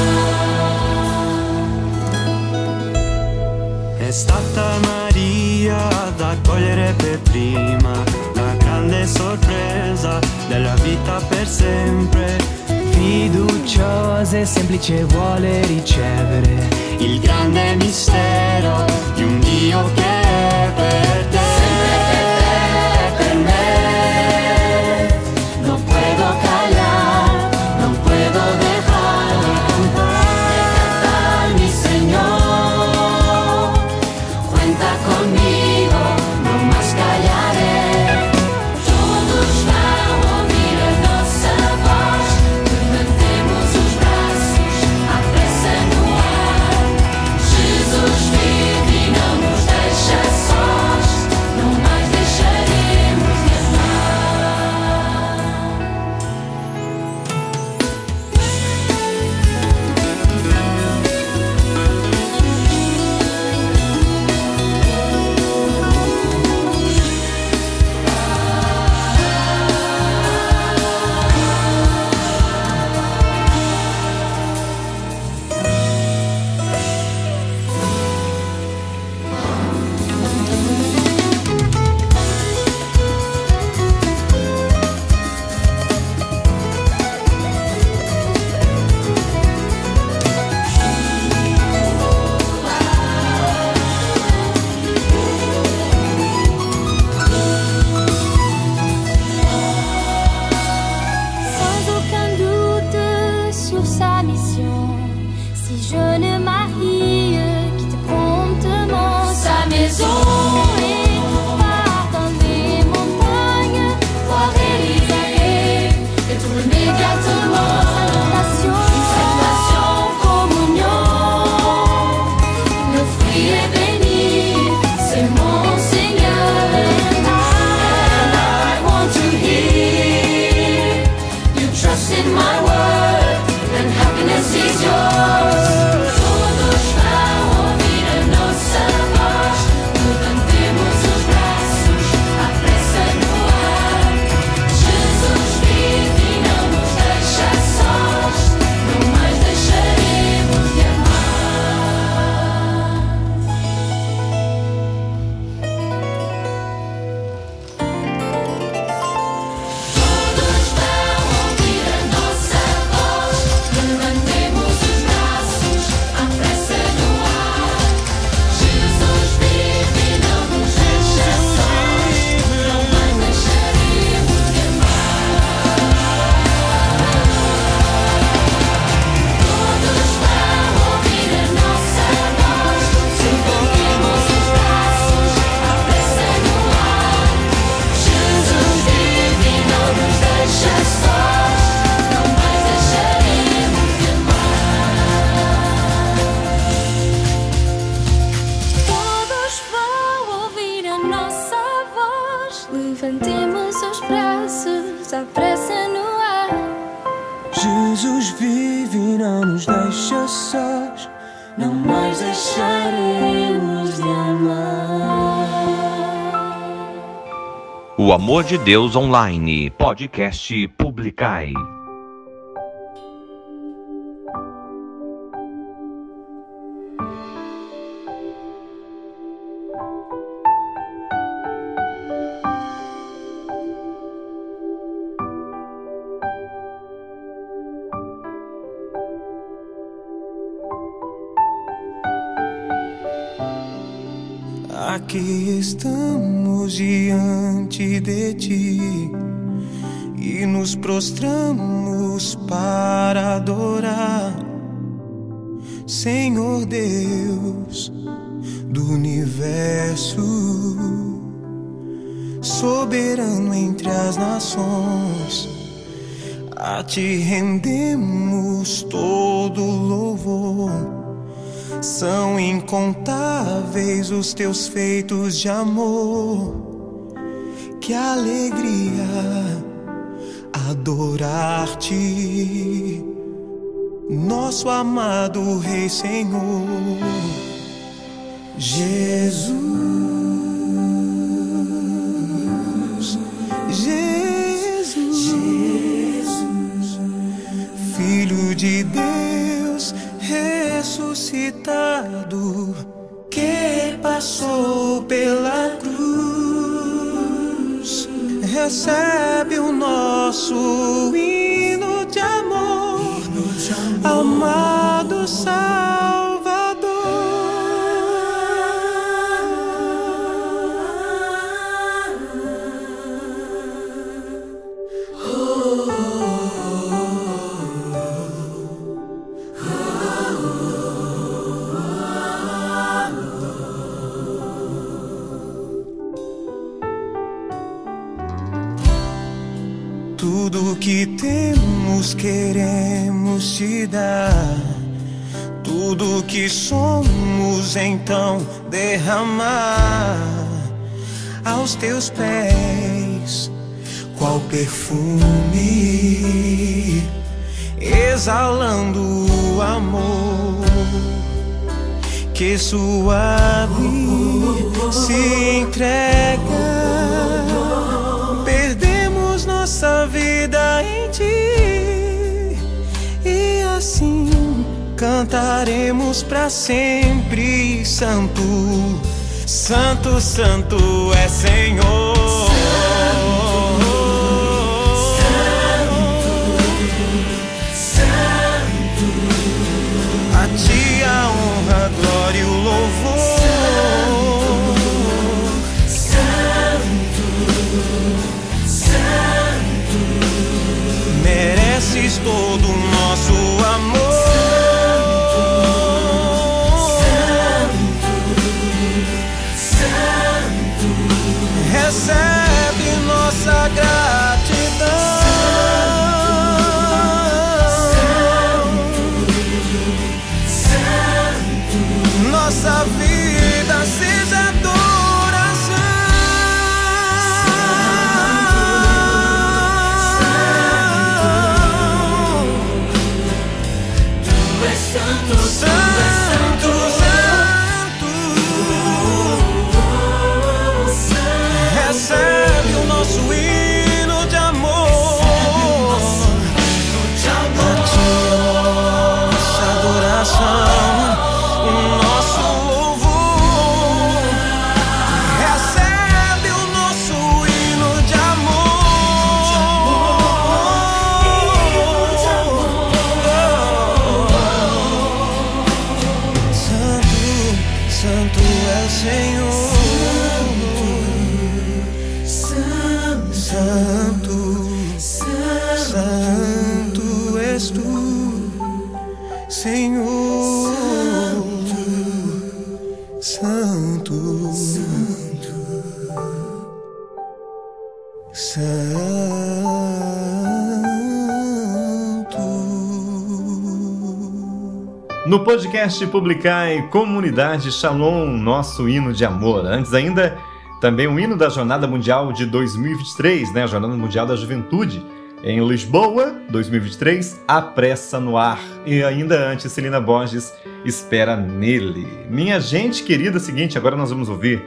amar. È stata Maria ad accogliere per prima la grande sorpresa della vita per sempre. Fiduciosa e semplice vuole ricevere il grande mistero di un Dio che è per te. Per me. No puedo callar, no puedo dejar de cantar mi Señor. Cuenta conmigo, no más callaré. Todos vão ouvir a nossa voz, levantemos os braços, à pressa no ar. Jesus vive e não nos deixa sós, Jesus vive, não nos deixa sós, não mais deixaremos de amar. O Amor de Deus Online, podcast Publicai. Aqui estamos diante de ti e nos prostramos para adorar, Senhor Deus do universo, soberano entre as nações. A ti rendemos todo louvor. São incontáveis os teus feitos de amor. Que alegria adorar-te, nosso amado Rei Senhor Jesus, Filho de Deus ressuscitado, que passou pela cruz. Recebe o nosso hino de amor, amado Salvador. Tudo que temos queremos te dar, tudo que somos então derramar aos teus pés, qual perfume exalando o amor que suave se entrega. Nossa vida em ti, e assim cantaremos pra sempre. Santo, Santo, Santo é Senhor. Santo, a ti a honra, a glória e o louvor. Mereces todo o nosso amor. Santo, recebe nossa gratidão. Santo, nossa vida seja adoração. Santo, Santo, recebe o nosso hino de amor. A ti nossa adoração, o nosso louvor. Recebe o nosso hino de Santo é o Senhor. Santo, Santo és tu, Senhor. Santo, No podcast Publicai, Comunidade Shalom, nosso hino de amor. Antes ainda, também o hino da Jornada Mundial de 2023, né? A Jornada Mundial da Juventude, Em Lisboa, 2023, A Pressa no Ar. E ainda antes, Celina Borges, Espera Nele. Minha gente querida, seguinte, agora nós vamos ouvir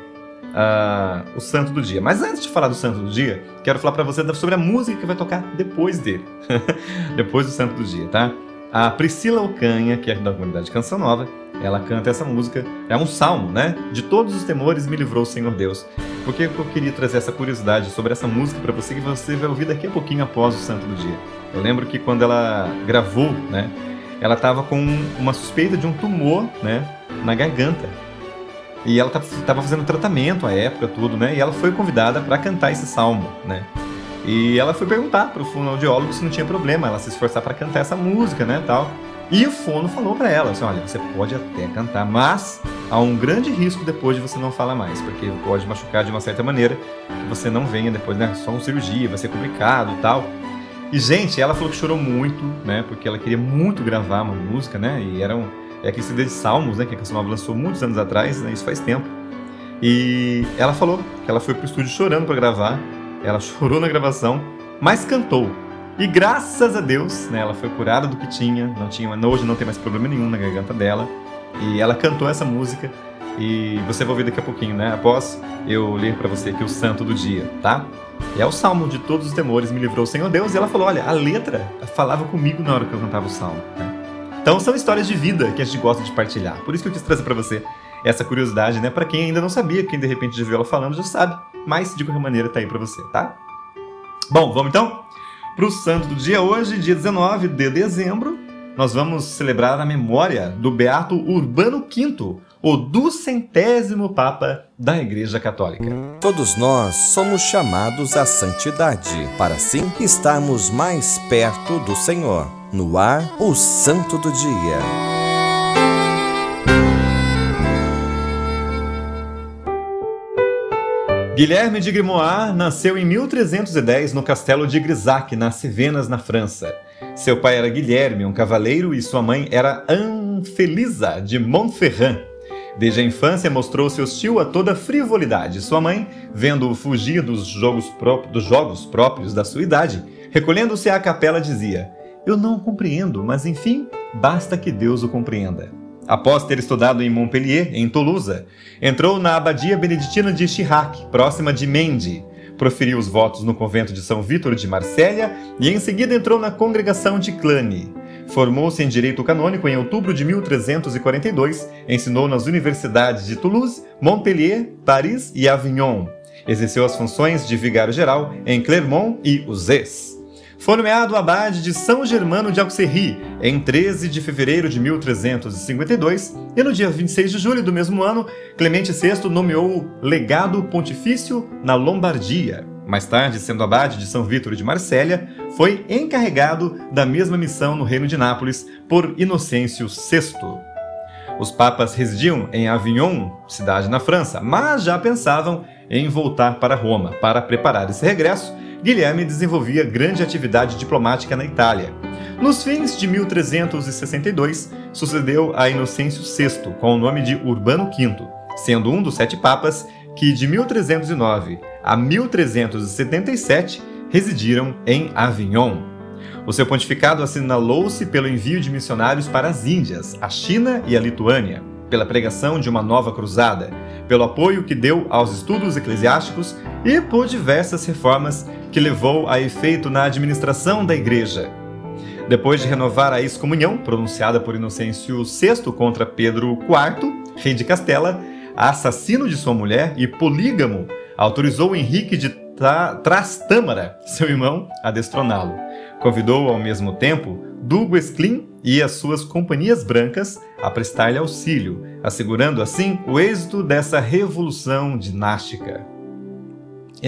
o Santo do Dia. Mas antes de falar do Santo do Dia, quero falar para você sobre a música que vai tocar depois dele. Depois do Santo do Dia, tá? A Priscila Ocanha, que é da comunidade Canção Nova, ela canta essa música, é um salmo, né? De todos os temores me livrou o Senhor Deus. Por que eu queria trazer essa curiosidade sobre essa música para você, que você vai ouvir daqui a pouquinho após o Santo do Dia. Eu lembro que quando ela gravou, né? Ela estava com uma suspeita de um tumor, né? Na garganta. E ela estava fazendo tratamento à época, tudo, né? E ela foi convidada para cantar esse salmo, né? E ela foi perguntar para o fonoaudiólogo se não tinha problema ela se esforçar para cantar essa música, né, tal. E o fono falou para ela, assim, olha, você pode até cantar, mas há um grande risco depois de você não falar mais, porque pode machucar de uma certa maneira que você não venha depois, né, só uma cirurgia, vai ser complicado e tal. E, gente, ela falou que chorou muito, né, porque ela queria muito gravar uma música, né, e é aquele CD de Salmos, né, que a Canção Nova lançou muitos anos atrás, né, isso faz tempo. E ela falou que ela foi pro estúdio chorando para gravar. Ela chorou na gravação, mas cantou. E graças a Deus, né, ela foi curada do que tinha, hoje não tem mais problema nenhum na garganta dela. E ela cantou essa música e você vai ouvir daqui a pouquinho, né? Após eu ler para você aqui o Santo do Dia, tá? E é o Salmo de todos os temores me livrou o Senhor Deus. E ela falou, olha, a letra falava comigo na hora que eu cantava o Salmo, né? Então são histórias de vida que a gente gosta de partilhar. Por isso que eu quis trazer para você essa curiosidade, né? Para quem ainda não sabia, quem de repente já viu ela falando, já sabe. Mas, de qualquer maneira, tá aí pra você, tá? Bom, vamos então pro Santo do Dia. Hoje, dia 19 de dezembro, nós vamos celebrar a memória do Beato Urbano V, o 200º Papa da Igreja Católica. Todos nós somos chamados à santidade, para assim estarmos mais perto do Senhor. No ar, o Santo do Dia. Guilherme de Grimoire nasceu em 1310 no castelo de Grisac, nas Cevenas, na França. Seu pai era Guilherme, um cavaleiro, e sua mãe era Anfelisa de Montferrand. Desde a infância mostrou-se hostil a toda frivolidade. Sua mãe, vendo-o fugir dos jogos próprios da sua idade, recolhendo-se à capela, dizia: "Eu não o compreendo, mas enfim, basta que Deus o compreenda." Após ter estudado em Montpellier, em Toulouse, entrou na abadia beneditina de Chirac, próxima de Mendi. Proferiu os votos no convento de São Vítor de Marsella e em seguida entrou na congregação de Clany. Formou-se em Direito Canônico em outubro de 1342, ensinou nas universidades de Toulouse, Montpellier, Paris e Avignon. Exerceu as funções de vigário-geral em Clermont e Uzès. Foi nomeado abade de São Germano de Auxerre em 13 de fevereiro de 1352 e no dia 26 de julho do mesmo ano, Clemente VI nomeou legado pontifício na Lombardia. Mais tarde, sendo abade de São Vítor de Marsella, foi encarregado da mesma missão no reino de Nápoles por Inocêncio VI. Os papas residiam em Avignon, cidade na França, mas já pensavam em voltar para Roma. Para preparar esse regresso, Guilherme desenvolvia grande atividade diplomática na Itália. Nos fins de 1362, sucedeu a Inocêncio VI, com o nome de Urbano V, sendo um dos 7 papas que, de 1309 a 1377, residiram em Avignon. O seu pontificado assinalou-se pelo envio de missionários para as Índias, a China e a Lituânia, pela pregação de uma nova cruzada, pelo apoio que deu aos estudos eclesiásticos e por diversas reformas que levou a efeito na administração da Igreja. Depois de renovar a excomunhão pronunciada por Inocêncio VI contra Pedro IV, rei de Castela, assassino de sua mulher e polígamo, autorizou Henrique de Trastâmara, seu irmão, a destroná-lo. Convidou ao mesmo tempo Du Guesclin e as suas companhias brancas a prestar-lhe auxílio, assegurando assim o êxito dessa revolução dinástica. Em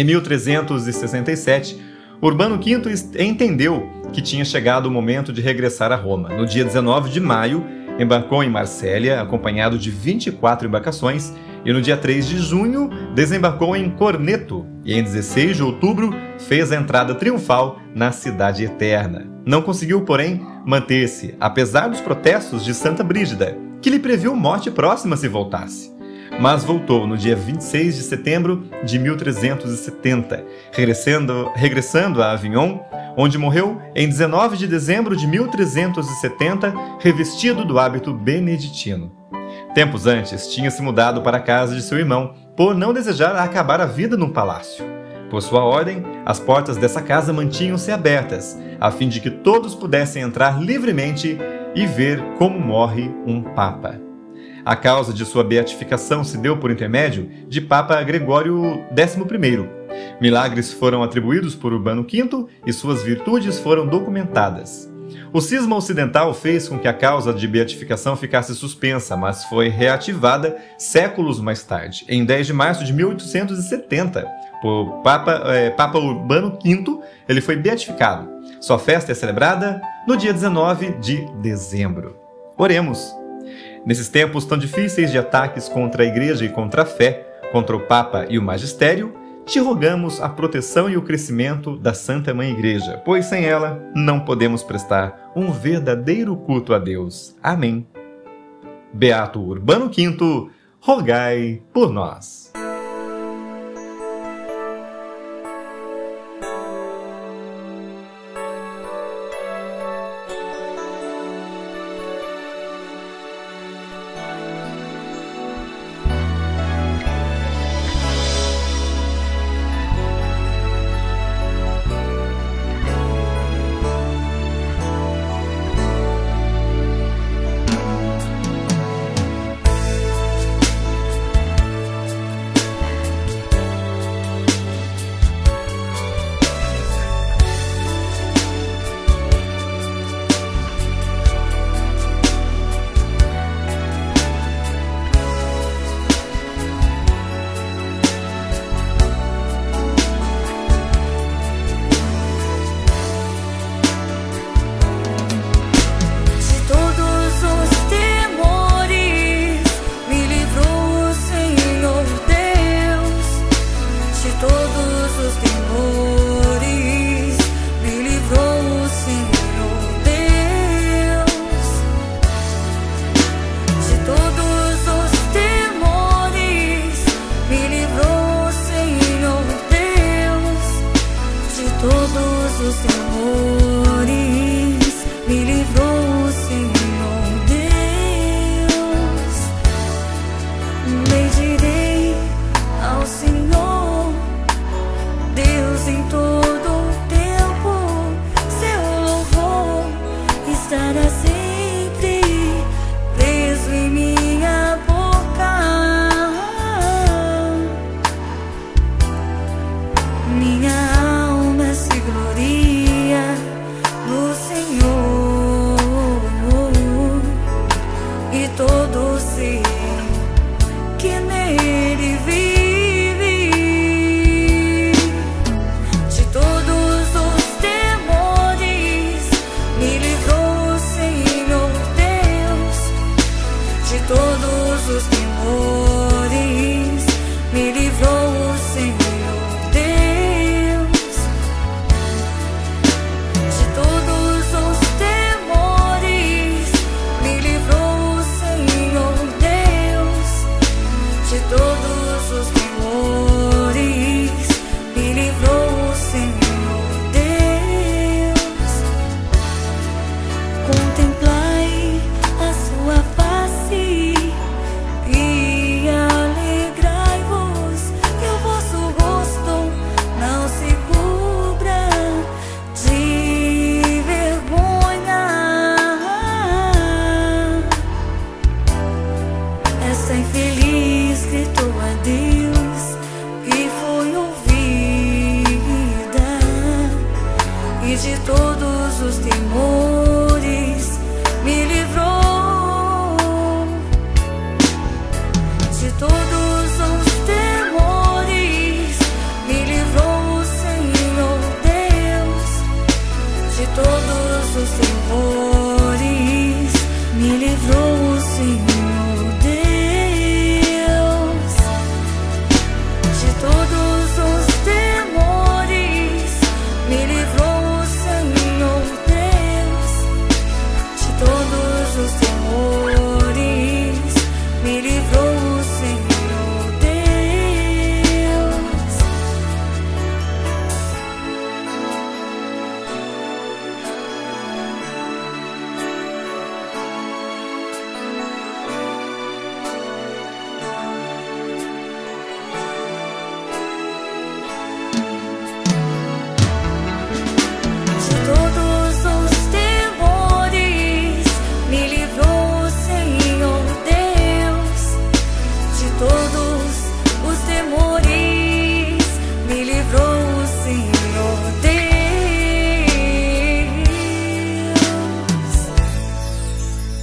1367, Urbano V entendeu que tinha chegado o momento de regressar a Roma. No dia 19 de maio, embarcou em Marsella, acompanhado de 24 embarcações, e no dia 3 de junho, desembarcou em Corneto, e em 16 de outubro, fez a entrada triunfal na Cidade Eterna. Não conseguiu, porém, manter-se, apesar dos protestos de Santa Brígida, que lhe previu morte próxima se voltasse. mas voltou no dia 26 de setembro de 1370, regressando a Avignon, onde morreu em 19 de dezembro de 1370, revestido do hábito beneditino. Tempos antes, tinha se mudado para a casa de seu irmão, por não desejar acabar a vida num palácio. Por sua ordem, as portas dessa casa mantinham-se abertas, a fim de que todos pudessem entrar livremente e ver como morre um papa. A causa de sua beatificação se deu por intermédio de Papa Gregório XI. Milagres foram atribuídos por Urbano V e suas virtudes foram documentadas. O cisma ocidental fez com que a causa de beatificação ficasse suspensa, mas foi reativada séculos mais tarde, em 10 de março de 1870, por Papa Urbano V. Ele foi beatificado. Sua festa é celebrada no dia 19 de dezembro. Oremos. Nesses tempos tão difíceis de ataques contra a Igreja e contra a fé, contra o Papa e o Magistério, te rogamos a proteção e o crescimento da Santa Mãe Igreja, pois sem ela não podemos prestar um verdadeiro culto a Deus. Amém. Beato Urbano V, rogai por nós.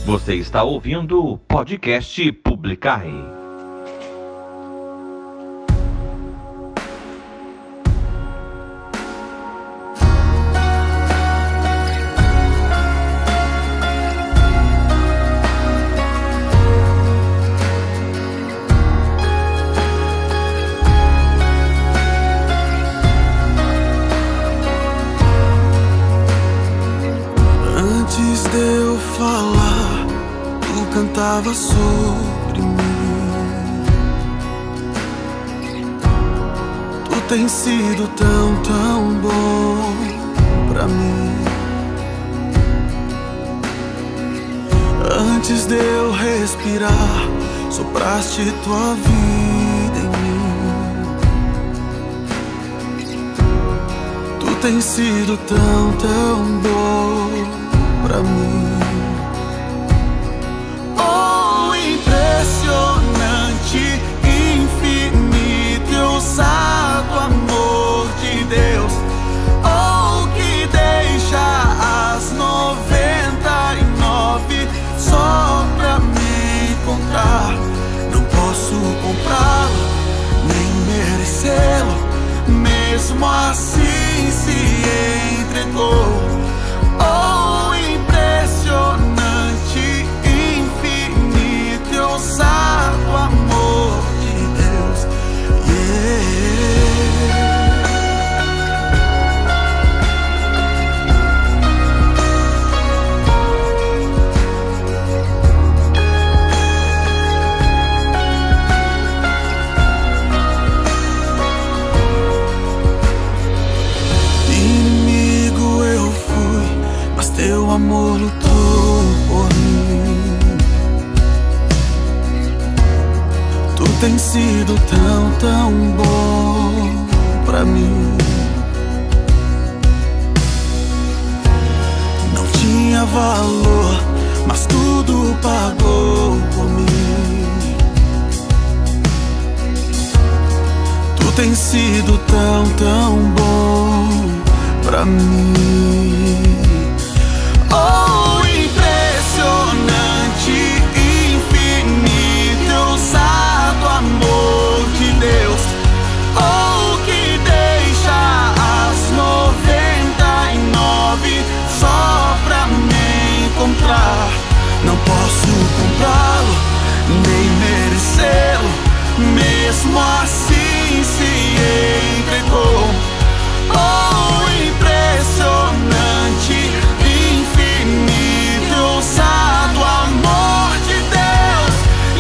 Você está ouvindo o podcast Publicai. Antes de eu falar, tu cantava sobre mim. Tu tens sido tão, tão bom pra mim. Antes de eu respirar, sopraste tua vida em mim. Tu tens sido tão, tão bom pra mim. Oh, impressionante, infinito e ousado amor de Deus. Oh, que deixa as 99 só pra me encontrar. Não posso comprá-lo, nem merecê-lo, mesmo assim se entregou. Oh, impressionante, infinito e ousado amor de Deus. Inimigo eu fui, mas teu amor lutou por mim. Tu tens sido tão, tão bom pra mim. Não tinha valor, mas tudo pagou por mim. Tu tens sido tão, tão bom pra mim. Oh, impressionante, infinito e ousado amor de Deus. Oh, que deixa as 99 só pra me encontrar. Não posso comprá-lo, nem merecê-lo, mesmo assim se entregou. Oh, impressionante, infinito e ousado amor de Deus.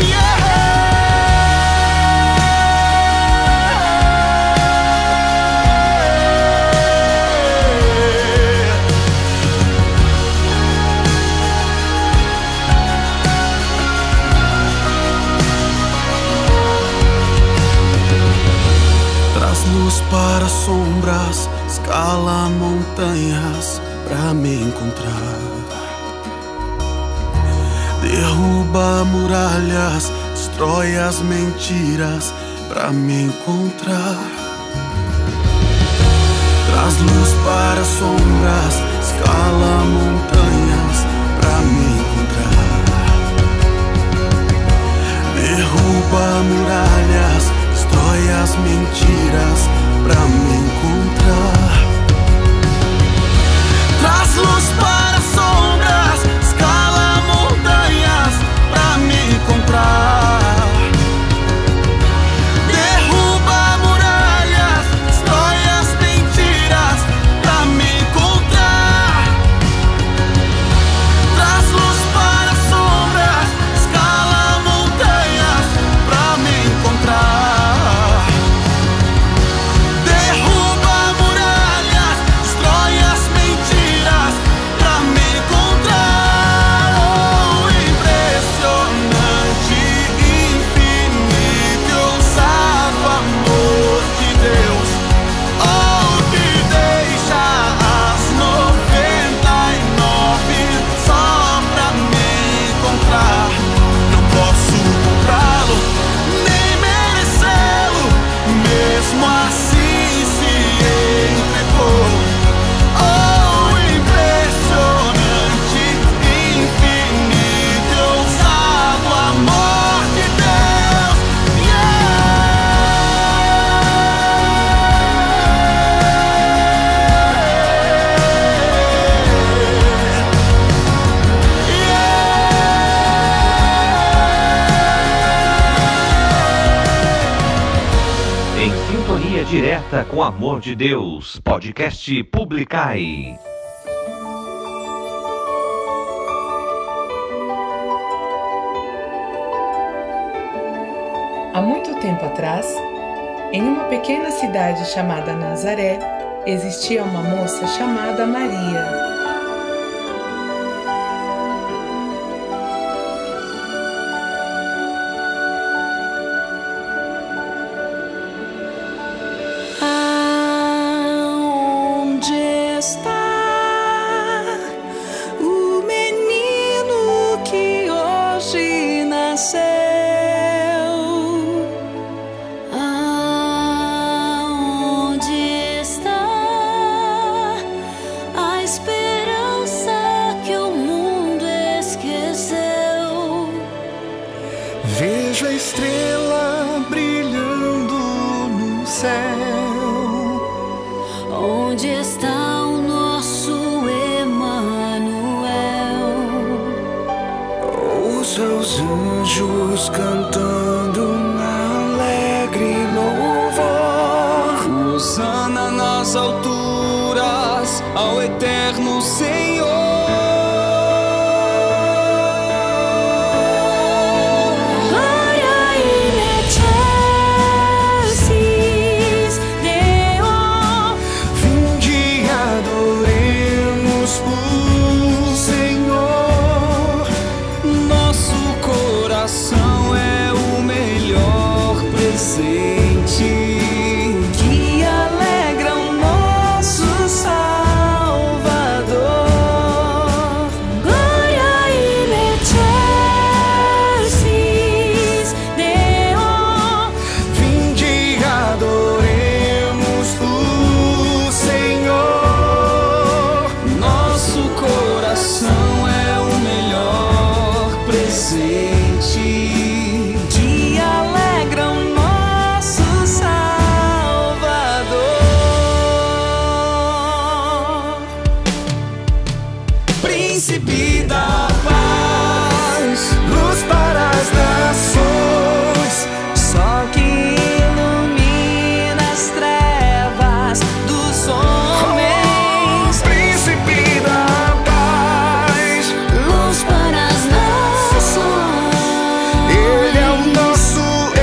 Traz luz para sombras, escala montanhas pra me encontrar. Derruba muralhas, destrói as mentiras pra me encontrar. Traz luz para sombras, escala montanhas pra me encontrar. Derruba muralhas, destrói as mentiras pra me encontrar. Traz luz para sombras, escala montanhas pra me encontrar. Derruba muralhas, destrói as mentiras pra me encontrar. Traz luz para sombras, escala montanhas pra me encontrar. Derruba direta com o amor de Deus. Podcast Publicai. Há muito tempo atrás, em uma pequena cidade chamada Nazaré, existia uma moça chamada Maria. Vejo a estrela brilhando no céu. Onde está o nosso Emanuel? Ouço os anjos cantando um alegre louvor. Hosana nas alturas ao eterno Senhor. Príncipe da paz, luz para as nações, sol que ilumina as trevas dos homens. Príncipe da paz, Luz para as nações. Ele é o nosso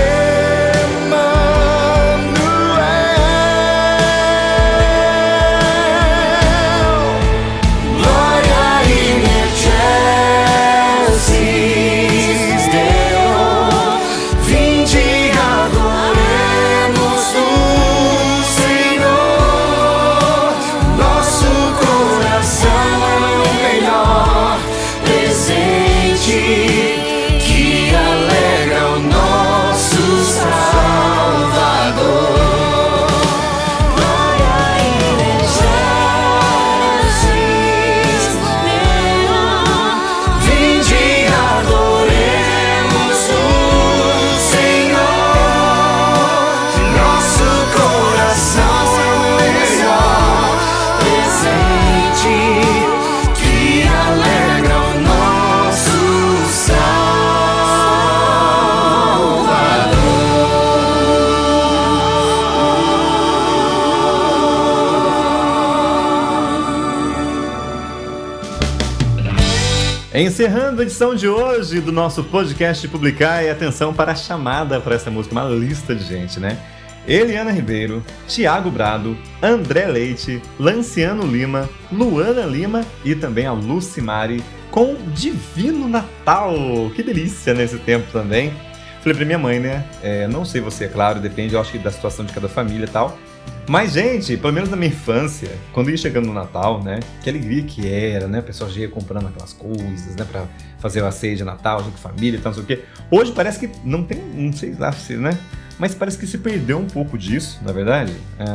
Encerrando a edição de hoje do nosso podcast Publicai, atenção para a chamada para essa música, uma lista de gente, né? Eliana Ribeiro, Tiago Brado, André Leite, Lanciano Lima, Luana Lima e também a Lucimari com Divino Natal. Que delícia nesse tempo também. Falei pra minha mãe, né? Não sei você, é claro, depende, eu acho que da situação de cada família e tal. Mas, gente, pelo menos na minha infância, quando ia chegando no Natal, né? Que alegria que era, né? O pessoal já ia comprando aquelas coisas, né? Pra fazer a ceia de Natal, junto com a família e tal, não sei o quê. Hoje parece que não tem, não sei lá, né? Mas parece que se perdeu um pouco disso, na verdade.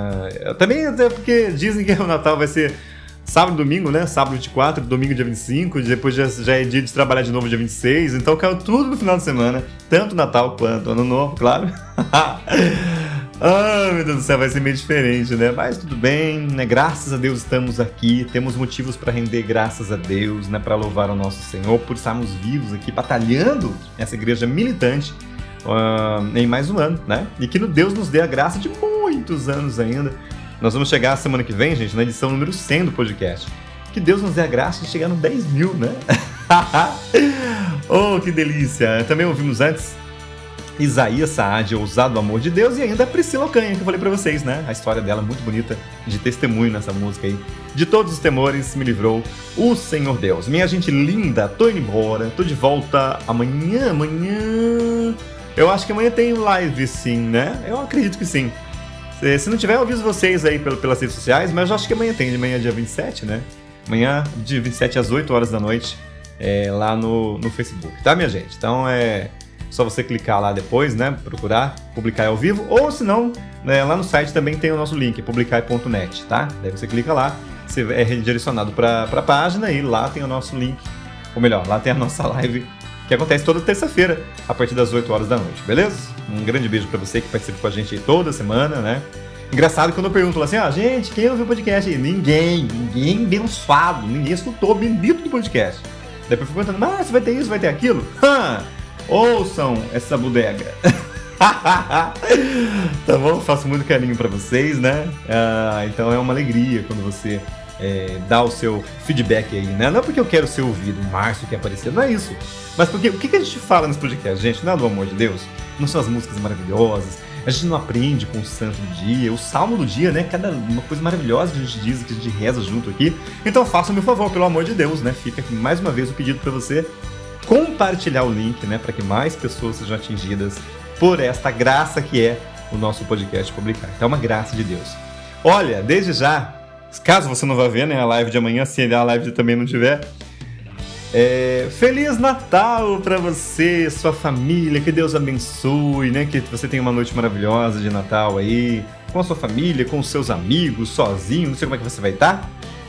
Também até porque dizem que o Natal vai ser sábado e domingo, né? Sábado 24, domingo dia 25, depois já é dia de trabalhar de novo dia 26. Então caiu tudo no final de semana, tanto Natal quanto Ano Novo, claro. Ah, meu Deus do céu, vai ser meio diferente, né? Mas tudo bem, né? Graças a Deus estamos aqui, temos motivos para render graças a Deus, né? Para louvar o nosso Senhor por estarmos vivos aqui, batalhando nessa igreja militante em mais um ano, né? E que Deus nos dê a graça de muitos anos ainda. Nós vamos chegar a semana que vem, gente, na edição número 100 do podcast. Que Deus nos dê a graça de chegar no 10 mil, né? Oh, que delícia! Também ouvimos antes Isaías Saad, Ousado Amor de Deus, e ainda a Priscila Ocanha, que eu falei pra vocês, né? A história dela é muito bonita, de testemunho nessa música aí. De todos os temores me livrou o Senhor Deus. Minha gente linda, tô indo embora, tô de volta amanhã. Eu acho que amanhã tem live sim, né? Eu acredito que sim. Se não tiver, eu aviso vocês aí pelas redes sociais, mas eu acho que amanhã tem, de manhã dia 27, né? Amanhã, de 27 às 8 horas da noite, lá no Facebook, tá, minha gente? Então é só você clicar lá depois, né? Procurar Publicai ao vivo, ou se não, né, lá no site também tem o nosso link, publicai.net, tá? Daí você clica lá, você é redirecionado para a página e lá tem o nosso link, ou melhor, lá tem a nossa live que acontece toda terça-feira, a partir das 8 horas da noite, beleza? Um grande beijo para você que participa com a gente aí toda semana, né? Engraçado quando eu pergunto lá assim, gente, quem ouviu o podcast aí? Ninguém abençoado, ninguém escutou o bendito do podcast. Depois eu fico perguntando, mas vai ter isso, vai ter aquilo? Ouçam essa bodega. Tá bom? Faço muito carinho pra vocês, né? Então é uma alegria quando você dá o seu feedback aí, né? Não é porque eu quero ser ouvido, o Márcio quer aparecer, não é isso. Mas porque o que a gente fala nesse podcast, gente? Não é do amor de Deus? Não são as músicas maravilhosas? A gente não aprende com o santo do dia, o salmo do dia, né? Cada uma coisa maravilhosa que a gente diz, que a gente reza junto aqui. Então faça-me o favor, pelo amor de Deus, né? Fica aqui mais uma vez o pedido pra você compartilhar o link, né? Para que mais pessoas sejam atingidas por esta graça que é o nosso podcast Publicar. Então é uma graça de Deus. Olha, desde já, caso você não vá ver, né, a live de amanhã, se a live também não tiver, Feliz Natal para você, sua família, que Deus abençoe, né? Que você tenha uma noite maravilhosa de Natal aí, com a sua família, com os seus amigos, sozinho, não sei como é que você vai estar,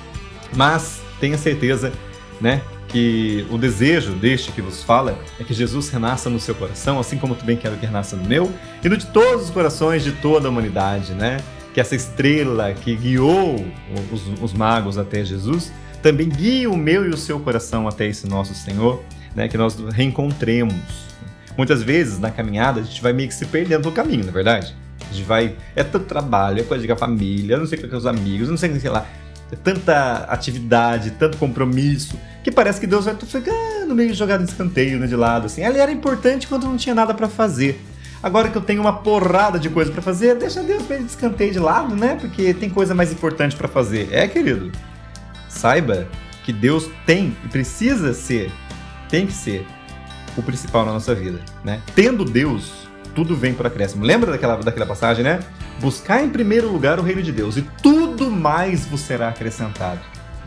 mas tenha certeza, né, que o desejo deste que vos fala é que Jesus renasça no seu coração, assim como eu também quero que renasça no meu, e no de todos os corações de toda a humanidade, né? Que essa estrela que guiou os magos até Jesus também guia o meu e o seu coração até esse nosso Senhor, né? Que nós reencontremos. Muitas vezes, na caminhada, a gente vai meio que se perdendo no caminho, não é verdade? A gente vai... É tanto trabalho, é coisa de a família, não sei o que com os amigos, não sei lá... É tanta atividade, tanto compromisso, que parece que Deus vai ficando meio jogado de escanteio, né, de lado, assim. Ele era importante quando não tinha nada pra fazer. Agora que eu tenho uma porrada de coisa pra fazer, deixa Deus meio de escanteio de lado, né? Porque tem coisa mais importante pra fazer. Querido, saiba que Deus tem e precisa ser, tem que ser o principal na nossa vida, né? Tendo Deus, tudo vem por acréscimo. Lembra daquela passagem, né? Buscar em primeiro lugar o reino de Deus e tudo mais vos será acrescentado.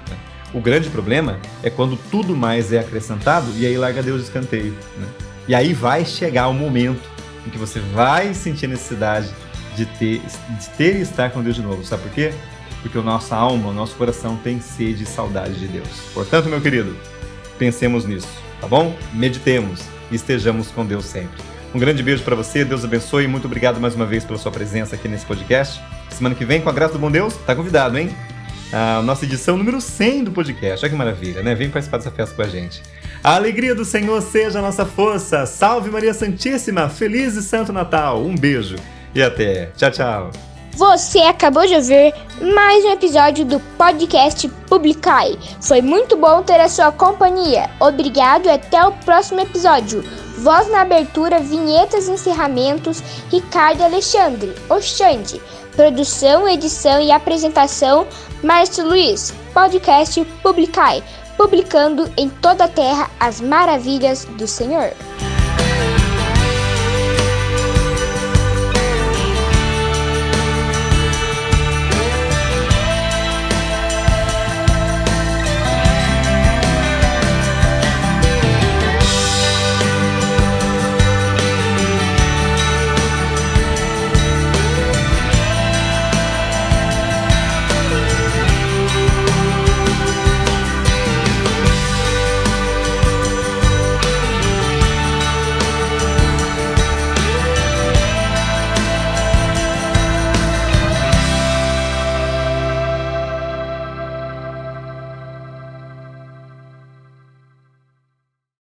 O grande problema é quando tudo mais é acrescentado e aí larga Deus de escanteio, né? E aí vai chegar o momento em que você vai sentir a necessidade de ter e estar com Deus de novo. Sabe por quê? Porque a nossa alma, o nosso coração tem sede e saudade de Deus. Portanto, meu querido, pensemos nisso, tá bom? Meditemos e estejamos com Deus sempre. Um grande beijo para você, Deus abençoe e muito obrigado mais uma vez pela sua presença aqui nesse podcast. Semana que vem, com a graça do bom Deus, tá convidado, hein? A nossa edição número 100 do podcast. Olha que maravilha, né? Vem participar dessa festa com a gente. A alegria do Senhor seja a nossa força. Salve Maria Santíssima, feliz e santo Natal. Um beijo e até. Tchau, tchau. Você acabou de ouvir mais um episódio do podcast Publicai. Foi muito bom ter a sua companhia. Obrigado e até o próximo episódio. Voz na abertura, vinhetas e encerramentos, Ricardo Alexandre, o Xande. Produção, edição e apresentação, Márcio Luiz. Podcast Publicai, publicando em toda a terra as maravilhas do Senhor.